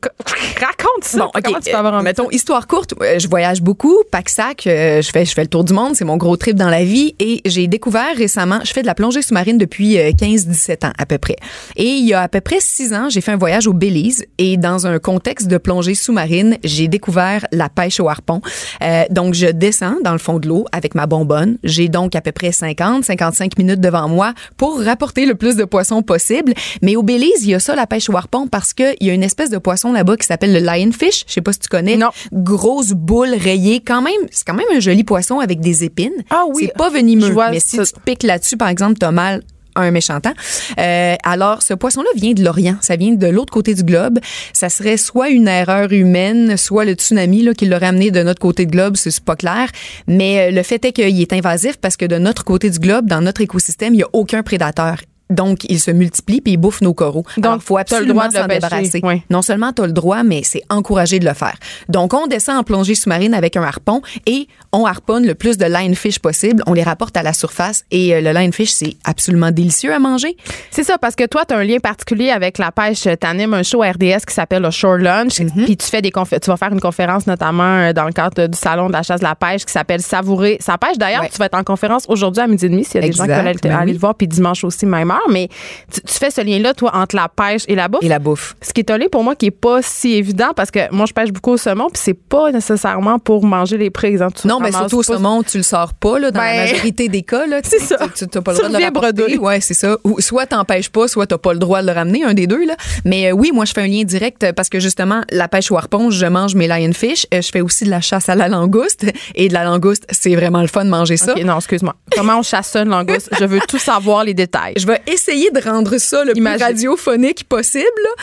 raconte ça. Bon, comment tu peux avoir mettons, histoire courte, je voyage beaucoup, pack-sac, je fais le tour du monde, c'est mon gros trip dans la vie, et j'ai découvert récemment, je fais de la plongée sous-marine depuis 15-17 ans à peu près. Et il y a à peu près 6 ans, j'ai fait un voyage au Belize, et dans un contexte de plongée sous-marine, j'ai découvert la pêche au harpon. Donc, je descends dans le fond de l'eau avec ma bonbonne. J'ai donc à peu près 50-55 minutes devant moi pour rapporter le plus de poissons possible. Mais au Belize, il y a ça, la pêche au harpon, parce qu'il y a une espèce de poisson là-bas qui s'appelle le lionfish. Je sais pas si tu connais. Non. Grosse boule rayée. C'est quand même un joli poisson avec des épines. Ah oui. C'est pas venimeux. Mais si ça. tu te piques là-dessus, par exemple, t'as mal un méchant temps. Alors, ce poisson-là vient de l'Orient. Ça vient de l'autre côté du globe. Ça serait soit une erreur humaine, soit le tsunami là, qui l'aurait amené de notre côté du globe. C'est pas clair. Mais le fait est qu'il est invasif parce que de notre côté du globe, dans notre écosystème, il n'y a aucun prédateur. Donc, il se multiplie puis il bouffe nos coraux. Donc, il faut absolument s'en débarrasser. Oui. Non seulement tu as le droit, mais c'est encouragé de le faire. Donc, on descend en plongée sous-marine avec un harpon et on harponne le plus de lionfish possible. On les rapporte à la surface et le lionfish, c'est absolument délicieux à manger. C'est ça, parce que toi, tu as un lien particulier avec la pêche. Tu animes un show RDS qui s'appelle le Shore Lunch. Puis tu fais tu vas faire une conférence notamment dans le cadre du Salon de la chasse de la pêche qui s'appelle Savourer sa pêche. D'ailleurs, tu vas être en conférence aujourd'hui à 12h30 s'il y a des gens qui veulent aller le voir, puis dimanche aussi, même heure. Mais tu fais ce lien-là, toi, entre la pêche et la bouffe. Et la bouffe. Ce qui est tollé pour moi, qui est pas si évident, parce que moi, je pêche beaucoup au saumon, puis c'est pas nécessairement pour manger les prises. Hein. Non, mais surtout au saumon, tu le sors pas, là, dans la majorité des cas. Là, c'est ça. Tu n'as pas le droit de le rapporter. Ouais, c'est ça. Ou soit t'en pêches pas, soit t'as pas le droit de le ramener, un des deux. Là. Mais oui, moi, je fais un lien direct parce que justement, la pêche au harpon, je mange mes lionfish. Je fais aussi de la chasse à la langouste. Et de la langouste, c'est vraiment le fun de manger ça. OK, non, excuse-moi. Comment on chasse ça, une langouste? Je veux tout savoir, les détails. Je vais essayer de rendre ça le plus radiophonique possible. Là.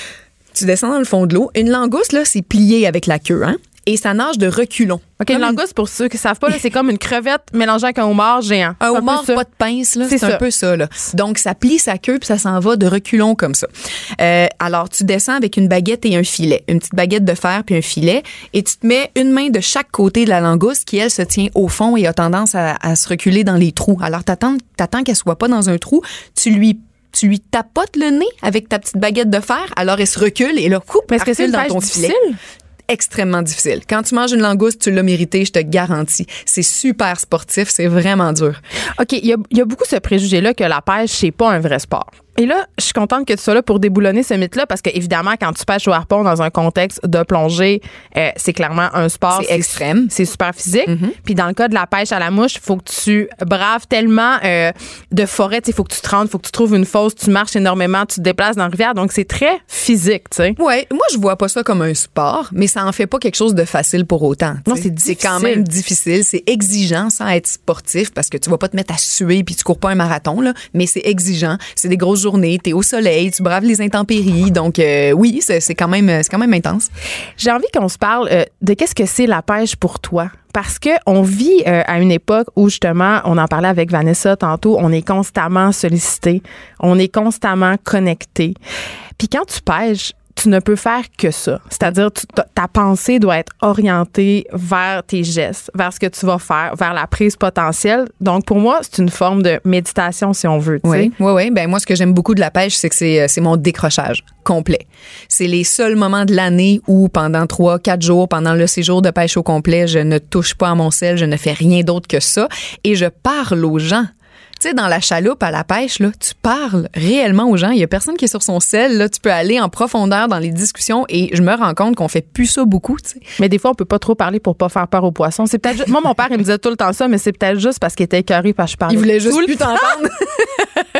Tu descends dans le fond de l'eau. Une langouste, là, c'est plié avec la queue, hein? Et ça nage de reculons. OK, une langouste, pour ceux qui ne savent pas, là, c'est comme une crevette mélangée avec un homard géant. Un homard, pas de pince, là, c'est un peu ça. Là. Donc, ça plie sa queue puis ça s'en va de reculons comme ça. Alors, tu descends avec une baguette et un filet. Une petite baguette de fer puis un filet. Et tu te mets une main de chaque côté de la langouste qui, elle, se tient au fond et a tendance à se reculer dans les trous. Alors, t'attends qu'elle soit pas dans un trou. Tu lui tapotes le nez avec ta petite baguette de fer. Alors, elle se recule et là, mais est-ce que c'est dans ton filet? Extrêmement difficile. Quand tu manges une langouste, tu l'as mérité, je te garantis. C'est super sportif, c'est vraiment dur. OK, il y a beaucoup ce préjugé-là que la pêche, c'est pas un vrai sport. Et là, je suis contente que tu sois là pour déboulonner ce mythe-là parce que évidemment, quand tu pêches au harpon dans un contexte de plongée, c'est clairement un sport. C'est extrême. C'est super physique. Puis dans le cas de la pêche à la mouche, il faut que tu braves tellement de forêt. Il faut que tu te rendes, il faut que tu trouves une fosse, tu marches énormément, tu te déplaces dans la rivière. Donc, c'est très physique, tu sais. Ouais, moi, je vois pas ça comme un sport, mais ça en fait pas quelque chose de facile pour autant. Non, c'est quand même difficile. C'est exigeant sans être sportif parce que tu vas pas te mettre à suer puis tu cours pas un marathon, là, mais c'est exigeant. C'est des grosses journée, t'es au soleil, tu braves les intempéries. Donc, oui, c'est quand même intense. J'ai envie qu'on se parle de qu'est-ce que c'est la pêche pour toi. Parce que on vit à une époque où, justement, on en parlait avec Vanessa tantôt, on est constamment sollicité, on est constamment connecté. Puis quand tu pêches, tu ne peux faire que ça. C'est-à-dire, ta pensée doit être orientée vers tes gestes, vers ce que tu vas faire, vers la prise potentielle. Donc, pour moi, c'est une forme de méditation, si on veut. Oui. Ben moi, ce que j'aime beaucoup de la pêche, c'est que c'est mon décrochage complet. C'est les seuls moments de l'année où, pendant 3-4 jours, pendant le séjour de pêche au complet, je ne touche pas à mon sel, je ne fais rien d'autre que ça. Et je parle aux gens. Tu sais, dans la chaloupe à la pêche, là, tu parles réellement aux gens. Il y a personne qui est sur son sel. Là, tu peux aller en profondeur dans les discussions et je me rends compte qu'on fait plus ça beaucoup. Tu sais. Mais des fois, on peut pas trop parler pour pas faire peur aux poissons. C'est peut-être moi, mon père, il me disait tout le temps ça, mais c'est peut-être juste parce qu'il était écœuré parce que je parlais. Il voulait juste plus t'entendre.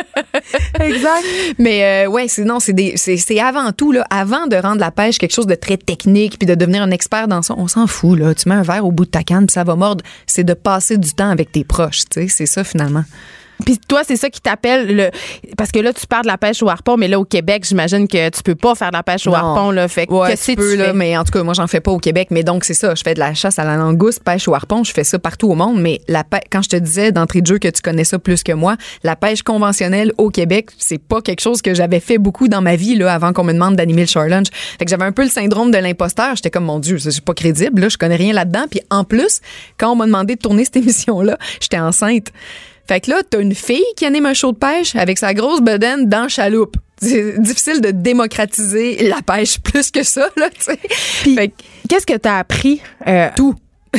Exact. Mais ouais, c'est avant tout, là, avant de rendre la pêche quelque chose de très technique puis de devenir un expert dans ça, on s'en fout, là. Tu mets un verre au bout de ta canne puis ça va mordre. C'est de passer du temps avec tes proches, tu sais. C'est ça, finalement. Puis toi, c'est ça qui t'appelle parce que là, tu parles de la pêche au harpon, mais là, au Québec, j'imagine que tu peux pas faire de la pêche au harpon, là. Fait que qu'est-ce que tu fais? Mais en tout cas, moi, j'en fais pas au Québec. Mais donc, c'est ça. Je fais de la chasse à la langouste, pêche au harpon. Je fais ça partout au monde. Mais quand je te disais d'entrée de jeu que tu connais ça plus que moi, la pêche conventionnelle au Québec, c'est pas quelque chose que j'avais fait beaucoup dans ma vie, là, avant qu'on me demande d'animer le Shore Lunch. Fait que j'avais un peu le syndrome de l'imposteur. J'étais comme, mon Dieu, c'est pas crédible, là. Je connais rien là-dedans. Puis en plus, quand on m'a demandé de tourner cette émission-là, j'étais enceinte. Fait que là, t'as une fille qui anime un show de pêche avec sa grosse bedaine dans chaloupe. C'est difficile de démocratiser la pêche plus que ça, là, tu sais. Puis, qu'est-ce que t'as appris? Tout.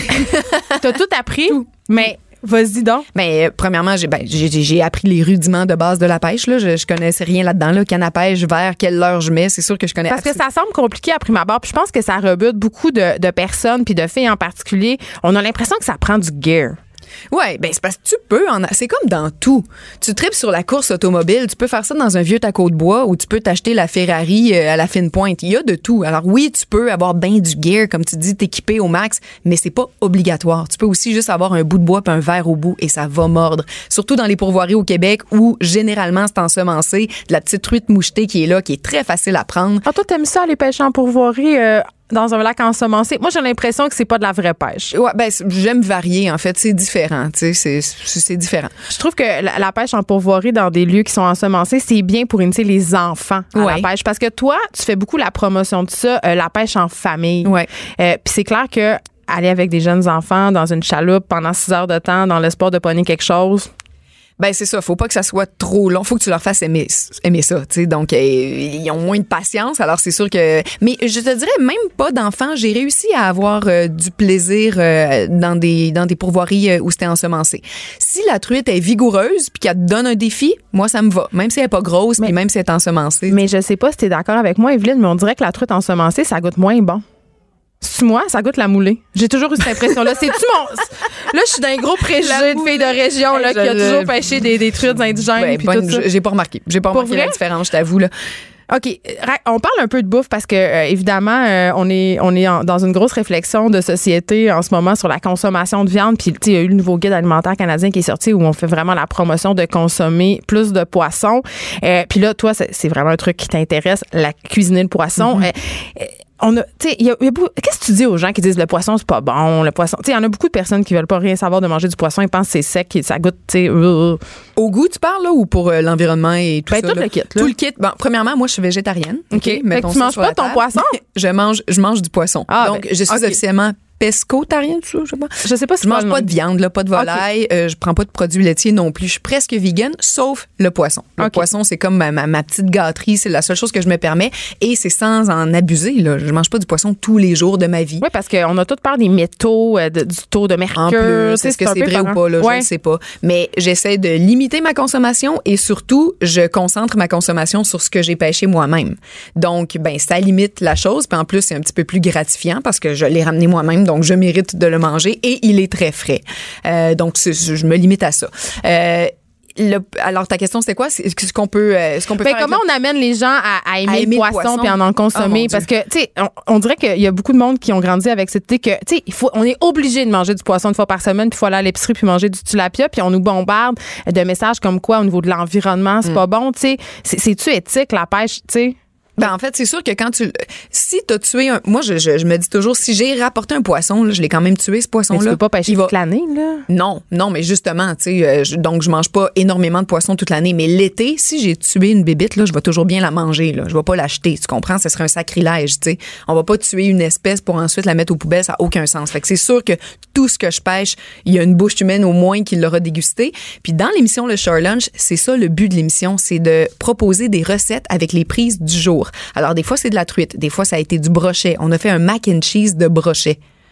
T'as tout appris? Tout. Mais vas-y donc. Ben, premièrement, j'ai appris les rudiments de base de la pêche, là. Je connaissais rien là-dedans, là. Canne à pêche, vers quelle heure je mets, c'est sûr que je connais. Parce que ça semble compliqué à prime abord. Puis je pense que ça rebute beaucoup de personnes, puis de filles en particulier. On a l'impression que ça prend du gear. Ouais, ben c'est parce que tu peux c'est comme dans tout. Tu tripes sur la course automobile, tu peux faire ça dans un vieux taco de bois ou tu peux t'acheter la Ferrari à la fine pointe. Il y a de tout. Alors oui, tu peux avoir bien du gear, comme tu dis, t'équiper au max, mais c'est pas obligatoire. Tu peux aussi juste avoir un bout de bois puis un verre au bout et ça va mordre. Surtout dans les pourvoiries au Québec où généralement c'est ensemencé, de la petite truite mouchetée qui est là, qui est très facile à prendre. Ah, toi, t'aimes ça, les pêcher en pourvoirie dans un lac ensemencé? Moi, j'ai l'impression que c'est pas de la vraie pêche. Ouais, ben j'aime varier, en fait. C'est différent, tu sais, c'est différent. Je trouve que la pêche en pourvoirie dans des lieux qui sont ensemencés, c'est bien pour initier les enfants à la pêche. Parce que toi, tu fais beaucoup la promotion de ça, la pêche en famille. Ouais. Puis c'est clair que aller avec des jeunes enfants dans une chaloupe pendant 6 heures de temps dans l'espoir de pogner quelque chose... Ben c'est ça, faut pas que ça soit trop long, faut que tu leur fasses aimer ça, tu sais. Donc ils ont moins de patience, alors c'est sûr que mais je te dirais même pas d'enfants, j'ai réussi à avoir du plaisir dans des pourvoiries où c'était ensemencé. Si la truite est vigoureuse puis qu'elle te donne un défi, moi ça me va, même si elle est pas grosse puis même si elle est ensemencée. Mais je sais pas si tu es d'accord avec moi Evelyne, mais on dirait que la truite ensemencée, ça goûte moins bon. Moi, ça goûte la moulée. J'ai toujours eu cette impression-là. C'est-tu mon... Là, je suis d'un gros préjugé de fille de région là, qui a toujours pêché des truites indigènes. Puis tout ça. J'ai pas remarqué. J'ai pas remarqué la différence, je t'avoue, là. OK. On parle un peu de bouffe parce que, évidemment, on est dans une grosse réflexion de société en ce moment sur la consommation de viande. Puis, il y a eu le nouveau guide alimentaire canadien qui est sorti où on fait vraiment la promotion de consommer plus de poisson. Puis là, toi, c'est vraiment un truc qui t'intéresse, la cuisiner le poisson. Qu'est-ce que tu dis aux gens qui disent le poisson c'est pas bon, le poisson, il y en a beaucoup de personnes qui veulent pas rien savoir de manger du poisson, ils pensent que c'est sec, ça goûte, Au goût, tu parles là ou pour l'environnement et tout ça? Tout le kit. Là. Tout le kit. Bon, premièrement, moi je suis végétarienne. OK. Fait que tu manges pas ton poisson? Je mange du poisson. Donc je suis officiellement pescotarienne, tu sais, je sais pas si je mange pas de viande, là, pas de volaille, je prends pas de produits laitiers non plus. Je suis presque vegan, sauf le poisson. Le poisson, c'est comme ma petite gâterie, c'est la seule chose que je me permets et c'est sans en abuser. Là. Je mange pas du poisson tous les jours de ma vie. Oui, parce qu'on a toutes peur des métaux, du taux de mercure. En plus, est-ce que c'est vrai ou pas? Là, je ne sais pas. Mais j'essaie de limiter ma consommation et surtout, je concentre ma consommation sur ce que j'ai pêché moi-même. Donc, ça limite la chose. Puis en plus, c'est un petit peu plus gratifiant parce que je l'ai ramené moi-même. Donc, je mérite de le manger et il est très frais. Donc, je me limite à ça. Alors, ta question, c'était quoi? Ce qu'on peut faire? Comment on amène les gens à aimer le poisson puis à en consommer? Parce que, tu sais, on dirait qu'il y a beaucoup de monde qui ont grandi avec cette idée que, tu sais, on est obligé de manger du poisson 1 fois par semaine, puis il faut aller à l'épicerie puis manger du tilapia, puis on nous bombarde de messages comme quoi, au niveau de l'environnement, c'est pas bon, tu sais. C'est-tu éthique, la pêche, tu sais? En fait, c'est sûr que si t'as tué moi, je me dis toujours, si j'ai rapporté un poisson, là, je l'ai quand même tué, ce poisson-là. Mais tu peux pas pêcher toute l'année, là? Non, mais justement, tu sais, donc je mange pas énormément de poissons toute l'année, mais l'été, si j'ai tué une bébite, là, je vais toujours bien la manger, là. Je vais pas l'acheter, tu comprends? Ce serait un sacrilège, tu sais. On va pas tuer une espèce pour ensuite la mettre aux poubelles, ça n'a aucun sens. Fait que c'est sûr que tout ce que je pêche, il y a une bouche humaine au moins qui l'aura dégusté. Puis dans l'émission Le Shore Lunch, c'est ça le but de l'émission, c'est de proposer des recettes avec les prises du jour. Alors, des fois, c'est de la truite. Des fois, ça a été du brochet. On a fait un mac and cheese de brochet.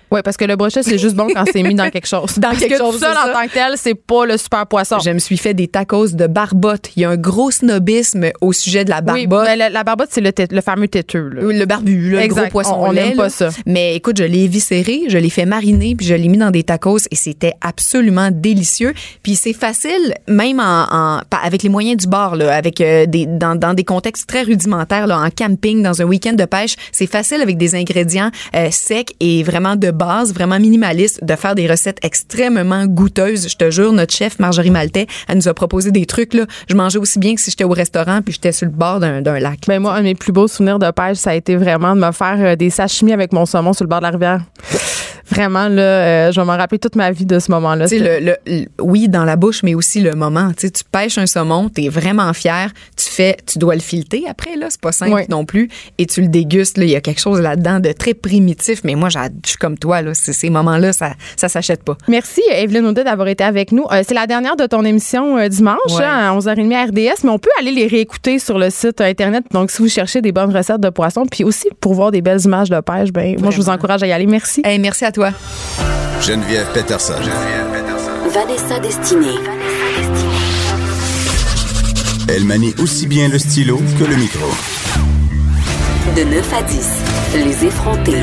Oui, parce que le brochet, c'est juste bon quand c'est mis dans quelque chose. Dans parce quelque que chose, tout seul, c'est en ça. tant que tel, c'est pas le super poisson. Je me suis fait des tacos de barbotte. Il y a un gros snobisme au sujet de la Oui, barbotte. mais la barbotte, c'est le fameux têteux. Là. Le barbu, là, le Exact. gros poisson On lait, n'aime pas là. ça. Mais écoute, je l'ai éviscéré, je l'ai fait mariner, puis je l'ai mis dans des tacos et c'était absolument délicieux. Puis c'est facile, même avec les moyens du bord, là, avec dans des contextes très rudimentaires, là, en camping, dans un week-end de pêche, c'est facile avec des ingrédients secs et vraiment de base, vraiment minimalistes, de faire des recettes extrêmement goûteuses. Je te jure, notre chef Marjorie Maltais, elle nous a proposé des trucs là. Je mangeais aussi bien que si j'étais au restaurant puis j'étais sur le bord d'un lac. Ben moi, un de mes plus beaux souvenirs de pêche, ça a été vraiment de me faire des sashimi avec mon saumon sur le bord de la rivière. Vraiment, là, je vais m'en rappeler toute ma vie de ce moment-là. Tu sais, oui, dans la bouche, mais aussi le moment. Tu sais, tu pêches un saumon, t'es vraiment fier. Tu dois le fileter après, là. C'est pas simple non plus. Et tu le dégustes, là. Il y a quelque chose là-dedans de très primitif. Mais moi, je suis comme toi, là. Ces moments-là, ça s'achète pas. Merci, Evelyne Audet, d'avoir été avec nous. C'est la dernière de ton émission dimanche, à 11h30 à RDS, mais on peut aller les réécouter sur le site Internet. Donc, si vous cherchez des bonnes recettes de poissons, puis aussi pour voir des belles images de pêche, ben moi, je vous encourage à y aller. Merci. Hey, merci à toi. Geneviève Peterson. Vanessa Destinée. Elle manie aussi bien le stylo que le micro. De 9 à 10, les effrontés.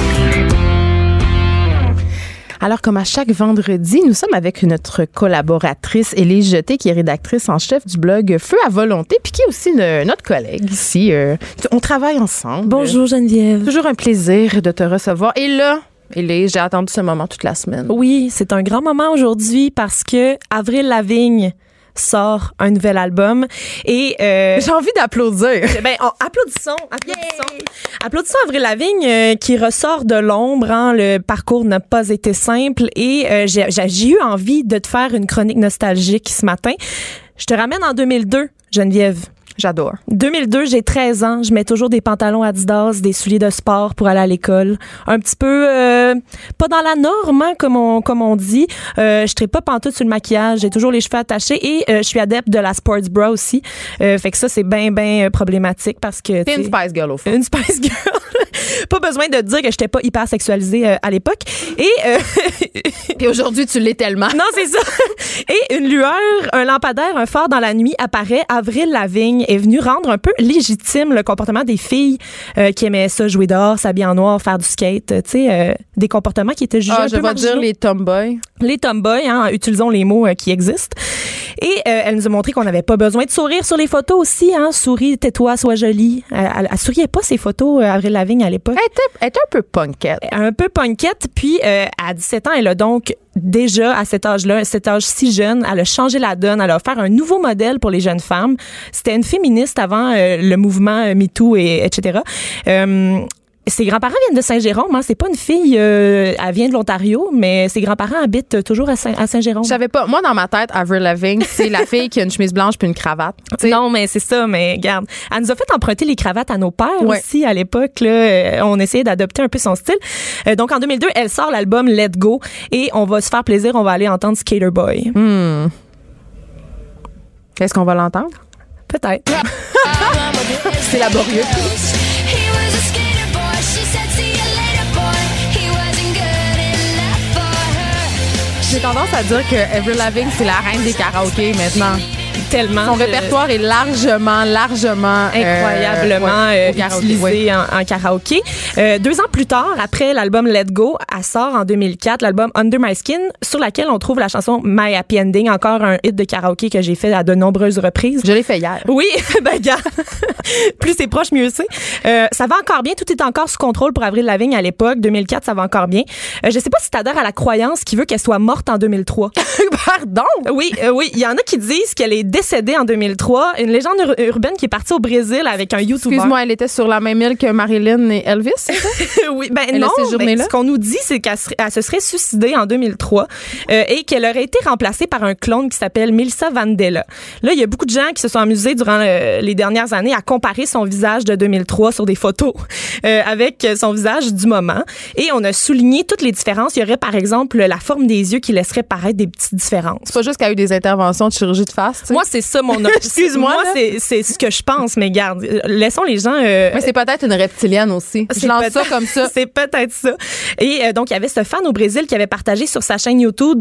Alors, comme à chaque vendredi, nous sommes avec notre collaboratrice Élise Jeté, qui est rédactrice en chef du blog Feu à volonté, puis qui est aussi notre collègue ici. On travaille ensemble. Bonjour Geneviève. Toujours un plaisir de te recevoir. Et là, Élise, j'ai attendu ce moment toute la semaine. Oui, c'est un grand moment aujourd'hui parce que Avril Lavigne sort un nouvel album et j'ai envie d'applaudir. Applaudissons Avril Lavigne qui ressort de l'ombre. Hein, le parcours n'a pas été simple et j'ai eu envie de te faire une chronique nostalgique ce matin. Je te ramène en 2002, Geneviève. J'adore. 2002, j'ai 13 ans. Je mets toujours des pantalons Adidas, des souliers de sport pour aller à l'école. Un petit peu pas dans la norme, hein, comme on dit. Je traite pas pantoute sur le maquillage. J'ai toujours les cheveux attachés et je suis adepte de la sports bra aussi. Fait que ça, c'est bien problématique parce que... T'es une Spice Girl, au fond. Une Spice Girl. Pas besoin de dire que j'étais pas hyper sexualisée à l'époque. Et puis aujourd'hui, tu l'es tellement. Non, c'est ça. Et une lueur, un lampadaire, un phare dans la nuit apparaît. Avril Lavigne est venue rendre un peu légitime le comportement des filles qui aimaient ça, jouer dehors, s'habiller en noir, faire du skate. Tu sais, des comportements qui étaient jugés un peu marginaux. Je vais dire les tomboys. Les tomboys, hein, utilisons les mots qui existent. Et elle nous a montré qu'on n'avait pas besoin de sourire sur les photos aussi. Hein. Souris, tais-toi, sois jolie. Elle souriait pas ces photos, Avril Lavigne, à l'époque. Elle était un peu punkette. Un peu punkette. Puis, à 17 ans, elle a donc déjà, à cet âge-là, cet âge si jeune, elle a changé la donne. Elle a offert un nouveau modèle pour les jeunes femmes. C'était une féministe avant le mouvement MeToo, etc. Ses grands-parents viennent de Saint-Jérôme. Hein. C'est pas une fille, elle vient de l'Ontario, mais ses grands-parents habitent toujours à Saint-Jérôme. Je savais pas. Moi, dans ma tête, Avril Lavigne, c'est la fille qui a une chemise blanche puis une cravate. T'sais. Non, mais c'est ça. Mais regarde, elle nous a fait emprunter les cravates à nos pères aussi à l'époque. Là, on essayait d'adopter un peu son style. Donc, en 2002, elle sort l'album Let Go et on va se faire plaisir. On va aller entendre Skater Boy. Est-ce qu'on va l'entendre? Peut-être. C'est laborieux. J'ai tendance à dire que Avril Lavigne, c'est la reine des karaokés maintenant. Tellement. Son répertoire est largement incroyablement utilisé en karaoké. 2 ans plus tard, après l'album Let Go, elle sort en 2004 l'album Under My Skin, sur laquelle on trouve la chanson My Happy Ending, encore un hit de karaoké que j'ai fait à de nombreuses reprises. Je l'ai fait hier. Oui, ben gars, plus c'est proche, mieux c'est. Ça va encore bien, tout est encore sous contrôle pour Avril Lavigne à l'époque. 2004, ça va encore bien. Je sais pas si t'adhères à la croyance qui veut qu'elle soit morte en 2003. Pardon? Oui, il y en a qui disent qu'elle est décédée en 2003. Une légende urbaine qui est partie au Brésil avec un YouTuber. Excuse-moi, elle était sur la même île que Marilyn et Elvis, c'est ça? Oui, ben elle non, ce qu'on nous dit, c'est qu'elle se serait suicidée en 2003 et qu'elle aurait été remplacée par un clone qui s'appelle Melissa Vandella. Là, il y a beaucoup de gens qui se sont amusés durant les dernières années à comparer son visage de 2003 sur des photos avec son visage du moment. Et on a souligné toutes les différences. Il y aurait, par exemple, la forme des yeux qui laisserait paraître des petites différences. C'est pas juste qu'elle a eu des interventions de chirurgie de face, tu sais? Moi, c'est ça mon Excuse-moi, moi, c'est ce que je pense, mais garde, laissons les gens... Mais c'est peut-être une reptilienne aussi. Je lance ça comme ça. C'est peut-être ça. Et donc, il y avait ce fan au Brésil qui avait partagé sur sa chaîne YouTube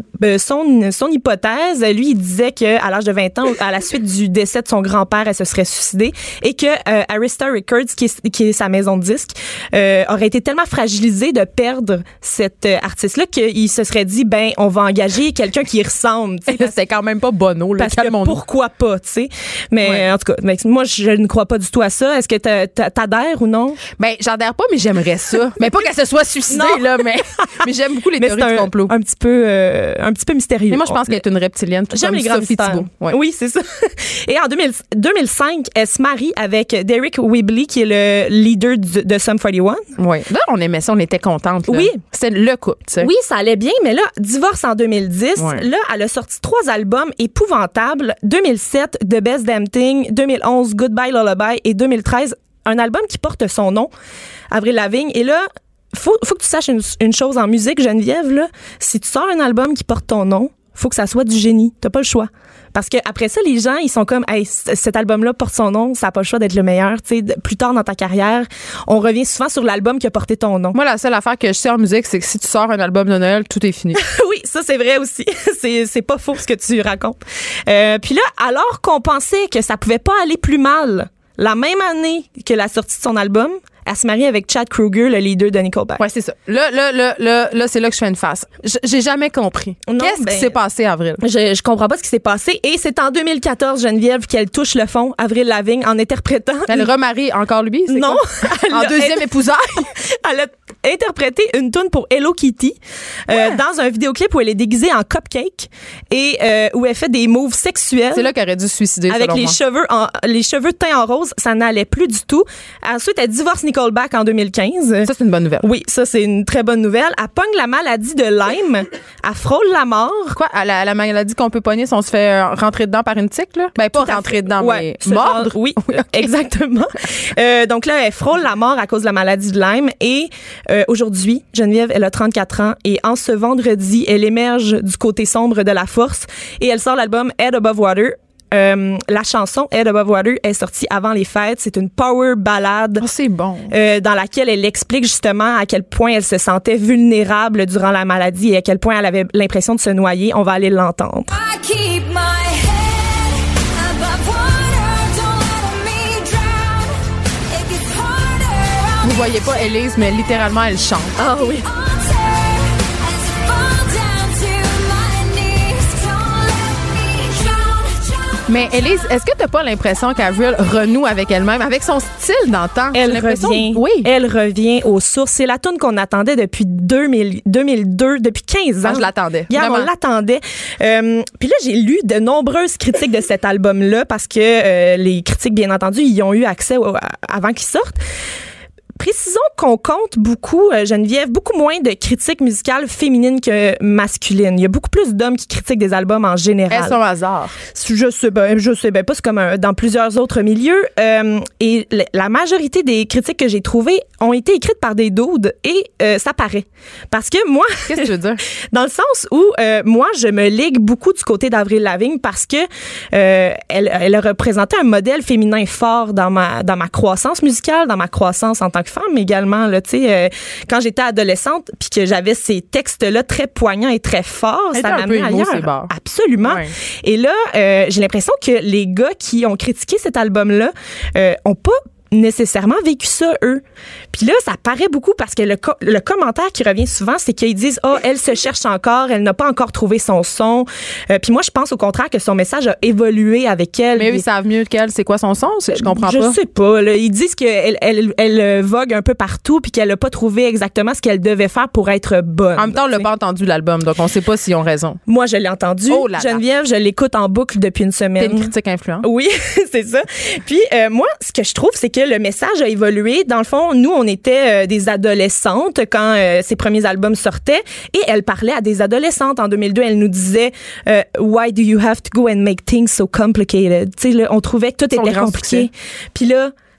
son hypothèse. Lui, il disait qu'à l'âge de 20 ans, à la suite du décès de son grand-père, elle se serait suicidée et que Arista Records, qui est sa maison de disques, aurait été tellement fragilisée de perdre cette artiste-là qu'il se serait dit, ben, on va engager quelqu'un qui y ressemble. C'était quand même pas Bono, là. Parce que pourquoi pas, tu sais. Mais en tout cas, moi, je ne crois pas du tout à ça. Est-ce que t'adhères ou non? Ben, j'adhère pas, mais j'aimerais ça. Mais pas qu'elle se soit suicidée, là, mais j'aime beaucoup les théories du complot. Un petit peu mystérieux. Mais moi, je pense qu'elle est une reptilienne. J'aime les grands mystères. Oui, c'est ça. Et en 2005, elle se marie avec Derek Whibley, qui est le leader de Sum 41. Oui. Là, on aimait ça, on était contente. Là. Oui. C'était le couple, tu sais. Oui, ça allait bien, mais là, divorce en 2010. Ouais. Là, elle a sorti 3 albums épouvantables. 2007, The Best Damn Thing. 2011, Goodbye Lullaby. Et 2013, un album qui porte son nom, Avril Lavigne. Et là, faut que tu saches une chose en musique, Geneviève, là. Si tu sors un album qui porte ton nom, faut que ça soit du génie. T'as pas le choix. Parce que après ça, les gens, ils sont comme, hey, cet album-là porte son nom, ça n'a pas le choix d'être le meilleur. Tu sais, plus tard dans ta carrière, on revient souvent sur l'album qui a porté ton nom. Moi, la seule affaire que je sais en musique, c'est que si tu sors un album de Noël, tout est fini. Oui, ça c'est vrai aussi. c'est pas faux ce que tu racontes. Puis là, alors qu'on pensait que ça pouvait pas aller plus mal, la même année que la sortie de son album, elle se marie avec Chad Kroeger, le leader de Nickelback. Ouais, c'est ça. Là, c'est là que je fais une face. J'ai jamais compris. Qu'est-ce qui s'est passé, Avril? Je comprends pas ce qui s'est passé. Et c'est en 2014, Geneviève, qu'elle touche le fond, Avril Lavigne, en interprétant... Elle remarie encore lui? Non. En deuxième épousaille? Elle a interprété une tune pour Hello Kitty dans un vidéoclip où elle est déguisée en cupcake et où elle fait des moves sexuels. C'est là qu'elle aurait dû se suicider, avec les cheveux teints en rose. Ça n'allait plus du tout. Ensuite, elle divorce Nickelback en 2015. Ça, c'est une bonne nouvelle. Oui, ça, c'est une très bonne nouvelle. Elle pogne la maladie de Lyme. Elle frôle la mort. Quoi? La maladie qu'on peut pogner si on se fait rentrer dedans par une tique, là? Ben, pas rentrer dedans, mais mordre. Oui, exactement. Donc là, elle frôle la mort à cause de la maladie de Lyme. Et aujourd'hui, Geneviève, elle a 34 ans. Et en ce vendredi, elle émerge du côté sombre de la force. Et elle sort l'album Head Above Water. La chanson Head Above Water est sortie avant les fêtes. C'est une power ballade. Oh, c'est bon. Dans laquelle elle explique justement à quel point elle se sentait vulnérable durant la maladie et à quel point elle avait l'impression de se noyer. On va aller l'entendre. Vous voyez pas Élise, mais littéralement, elle chante. Ah oui. Mais Élise, est-ce que t'as pas l'impression qu'Avril renoue avec elle-même, avec son style d'antan? Elle revient. Oui. Elle revient aux sources. C'est la tune qu'on attendait depuis 2002, depuis 15 ans. Ah, je l'attendais. Hier, on l'attendait. Puis là, j'ai lu de nombreuses critiques de cet album-là parce que les critiques, bien entendu, y ont eu accès avant qu'il sorte. Précisons qu'on compte beaucoup, Geneviève, beaucoup moins de critiques musicales féminines que masculines. Il y a beaucoup plus d'hommes qui critiquent des albums en général. Est-ce un hasard? Je sais bien pas, c'est comme dans plusieurs autres milieux. Et la majorité des critiques que j'ai trouvées ont été écrites par des dudes et ça paraît. Parce que moi... Qu'est-ce que tu veux dire? Dans le sens où, moi, je me ligue beaucoup du côté d'Avril Lavigne parce que elle a représenté un modèle féminin fort dans ma croissance musicale, dans ma croissance en tant que femme également, là, tu sais, quand j'étais adolescente puis que j'avais ces textes-là très poignants et très forts, ça m'a amené ailleurs. Absolument. Ouais. Et là, j'ai l'impression que les gars qui ont critiqué cet album-là ont pas nécessairement vécu ça, eux. Puis là, ça paraît beaucoup parce que le commentaire qui revient souvent, c'est qu'ils disent « Ah, elle se cherche encore, elle n'a pas encore trouvé son son. » Puis moi, je pense au contraire que son message a évolué avec elle. Mais eux, ils savent mieux qu'elle, c'est quoi son son? Je comprends pas. Je sais pas. Là. Ils disent qu'elle elle vogue un peu partout puis qu'elle n'a pas trouvé exactement ce qu'elle devait faire pour être bonne. En même temps, on l'a pas entendu, l'album, donc on sait pas s'ils ont raison. Moi, je l'ai entendu. Oh là là. Geneviève, je l'écoute en boucle depuis une semaine. T'es une critique influente. Oui, c'est ça. Puis moi, ce que je trouve, c'est que le message a évolué. Dans le fond, nous, on était des adolescentes quand ses premiers albums sortaient et elle parlait à des adolescentes. En 2002, elle nous disait « Why do you have to go and make things so complicated? » Tu sais, on trouvait que tout était compliqué. Puis là,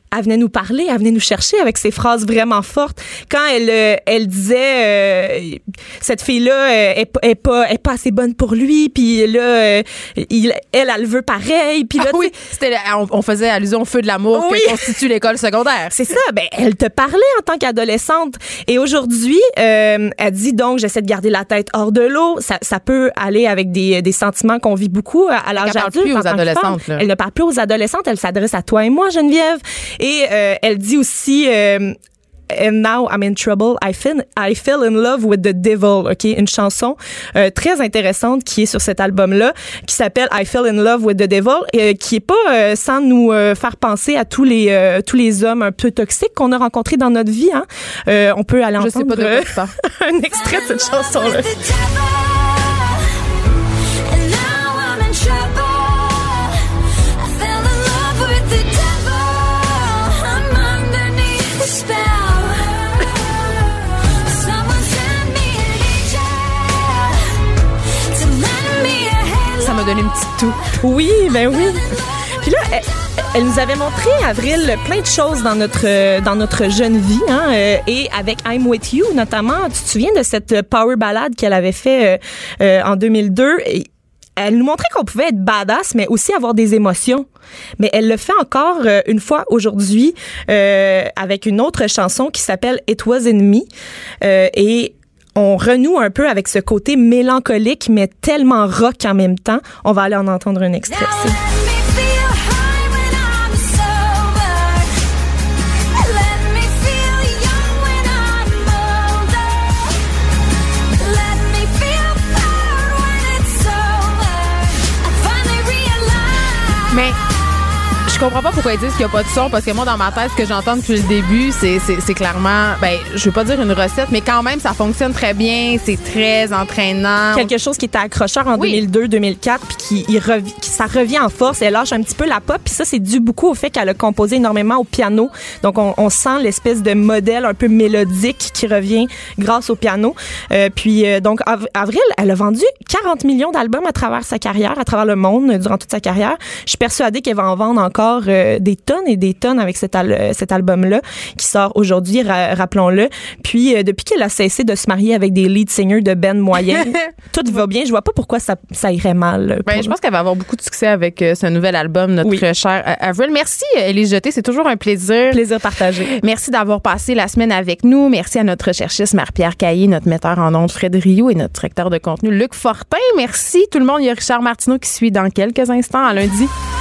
elle venait nous parler, elle venait nous chercher avec ses phrases vraiment fortes. Quand elle disait cette fille-là est pas assez bonne pour lui, puis là elle veut pareil, puis là oui, on faisait allusion au feu de l'amour qui constitue l'école secondaire. C'est ça, elle te parlait en tant qu'adolescente et aujourd'hui elle dit donc j'essaie de garder la tête hors de l'eau, ça peut aller avec des sentiments qu'on vit beaucoup à l'âge adulte. Elle ne parle plus aux adolescentes. Elle ne parle plus aux adolescentes, elle s'adresse à toi et moi, Geneviève. Et elle dit aussi And now I'm in trouble. I fell in love with the devil. OK, une chanson très intéressante qui est sur cet album-là, qui s'appelle I fell in love with the devil, qui est pas sans nous faire penser à tous les hommes un peu toxiques qu'on a rencontrés dans notre vie. Hein. On peut aller entendre sais pas de quoi tu parles. un extrait de cette chanson-là. Ça m'a donné une petite toux. Oui, ben oui. Puis là, elle nous avait montré, Avril, plein de choses dans notre jeune vie, hein, et avec I'm With You, notamment. Tu te souviens de cette power ballade qu'elle avait fait en 2002? Elle nous montrait qu'on pouvait être badass, mais aussi avoir des émotions. Mais elle le fait encore une fois aujourd'hui avec une autre chanson qui s'appelle It Wasn't Me. Et on renoue un peu avec ce côté mélancolique, mais tellement rock en même temps. On va aller en entendre un extrait. Mais je comprends pas pourquoi ils disent qu'il n'y a pas de son, parce que moi, dans ma tête, ce que j'entends depuis le début, c'est clairement, je veux pas dire une recette, mais quand même, ça fonctionne très bien, c'est très entraînant. Quelque chose qui était accrocheur en 2002-2004, puis ça revient en force. Elle lâche un petit peu la pop, puis ça, c'est dû beaucoup au fait qu'elle a composé énormément au piano. Donc, on sent l'espèce de modèle un peu mélodique qui revient grâce au piano. Donc, Avril, elle a vendu 40 millions d'albums à travers sa carrière, à travers le monde, durant toute sa carrière. Je suis persuadée qu'elle va en vendre encore des tonnes et des tonnes avec cet album-là qui sort aujourd'hui, rappelons-le. Puis, depuis qu'elle a cessé de se marier avec des lead singers de band moyenne, tout va bien. Je vois pas pourquoi ça irait mal. Je pense qu'elle va avoir beaucoup de succès avec ce nouvel album, notre chère Avril. Merci, Élise Jeté. C'est toujours un plaisir. Plaisir partagé. Merci d'avoir passé la semaine avec nous. Merci à notre recherchiste Marie-Pierre Caillé, notre metteur en ondes Fred Rioux et notre directeur de contenu Luc Fortin. Merci tout le monde. Il y a Richard Martineau qui suit dans quelques instants. À lundi.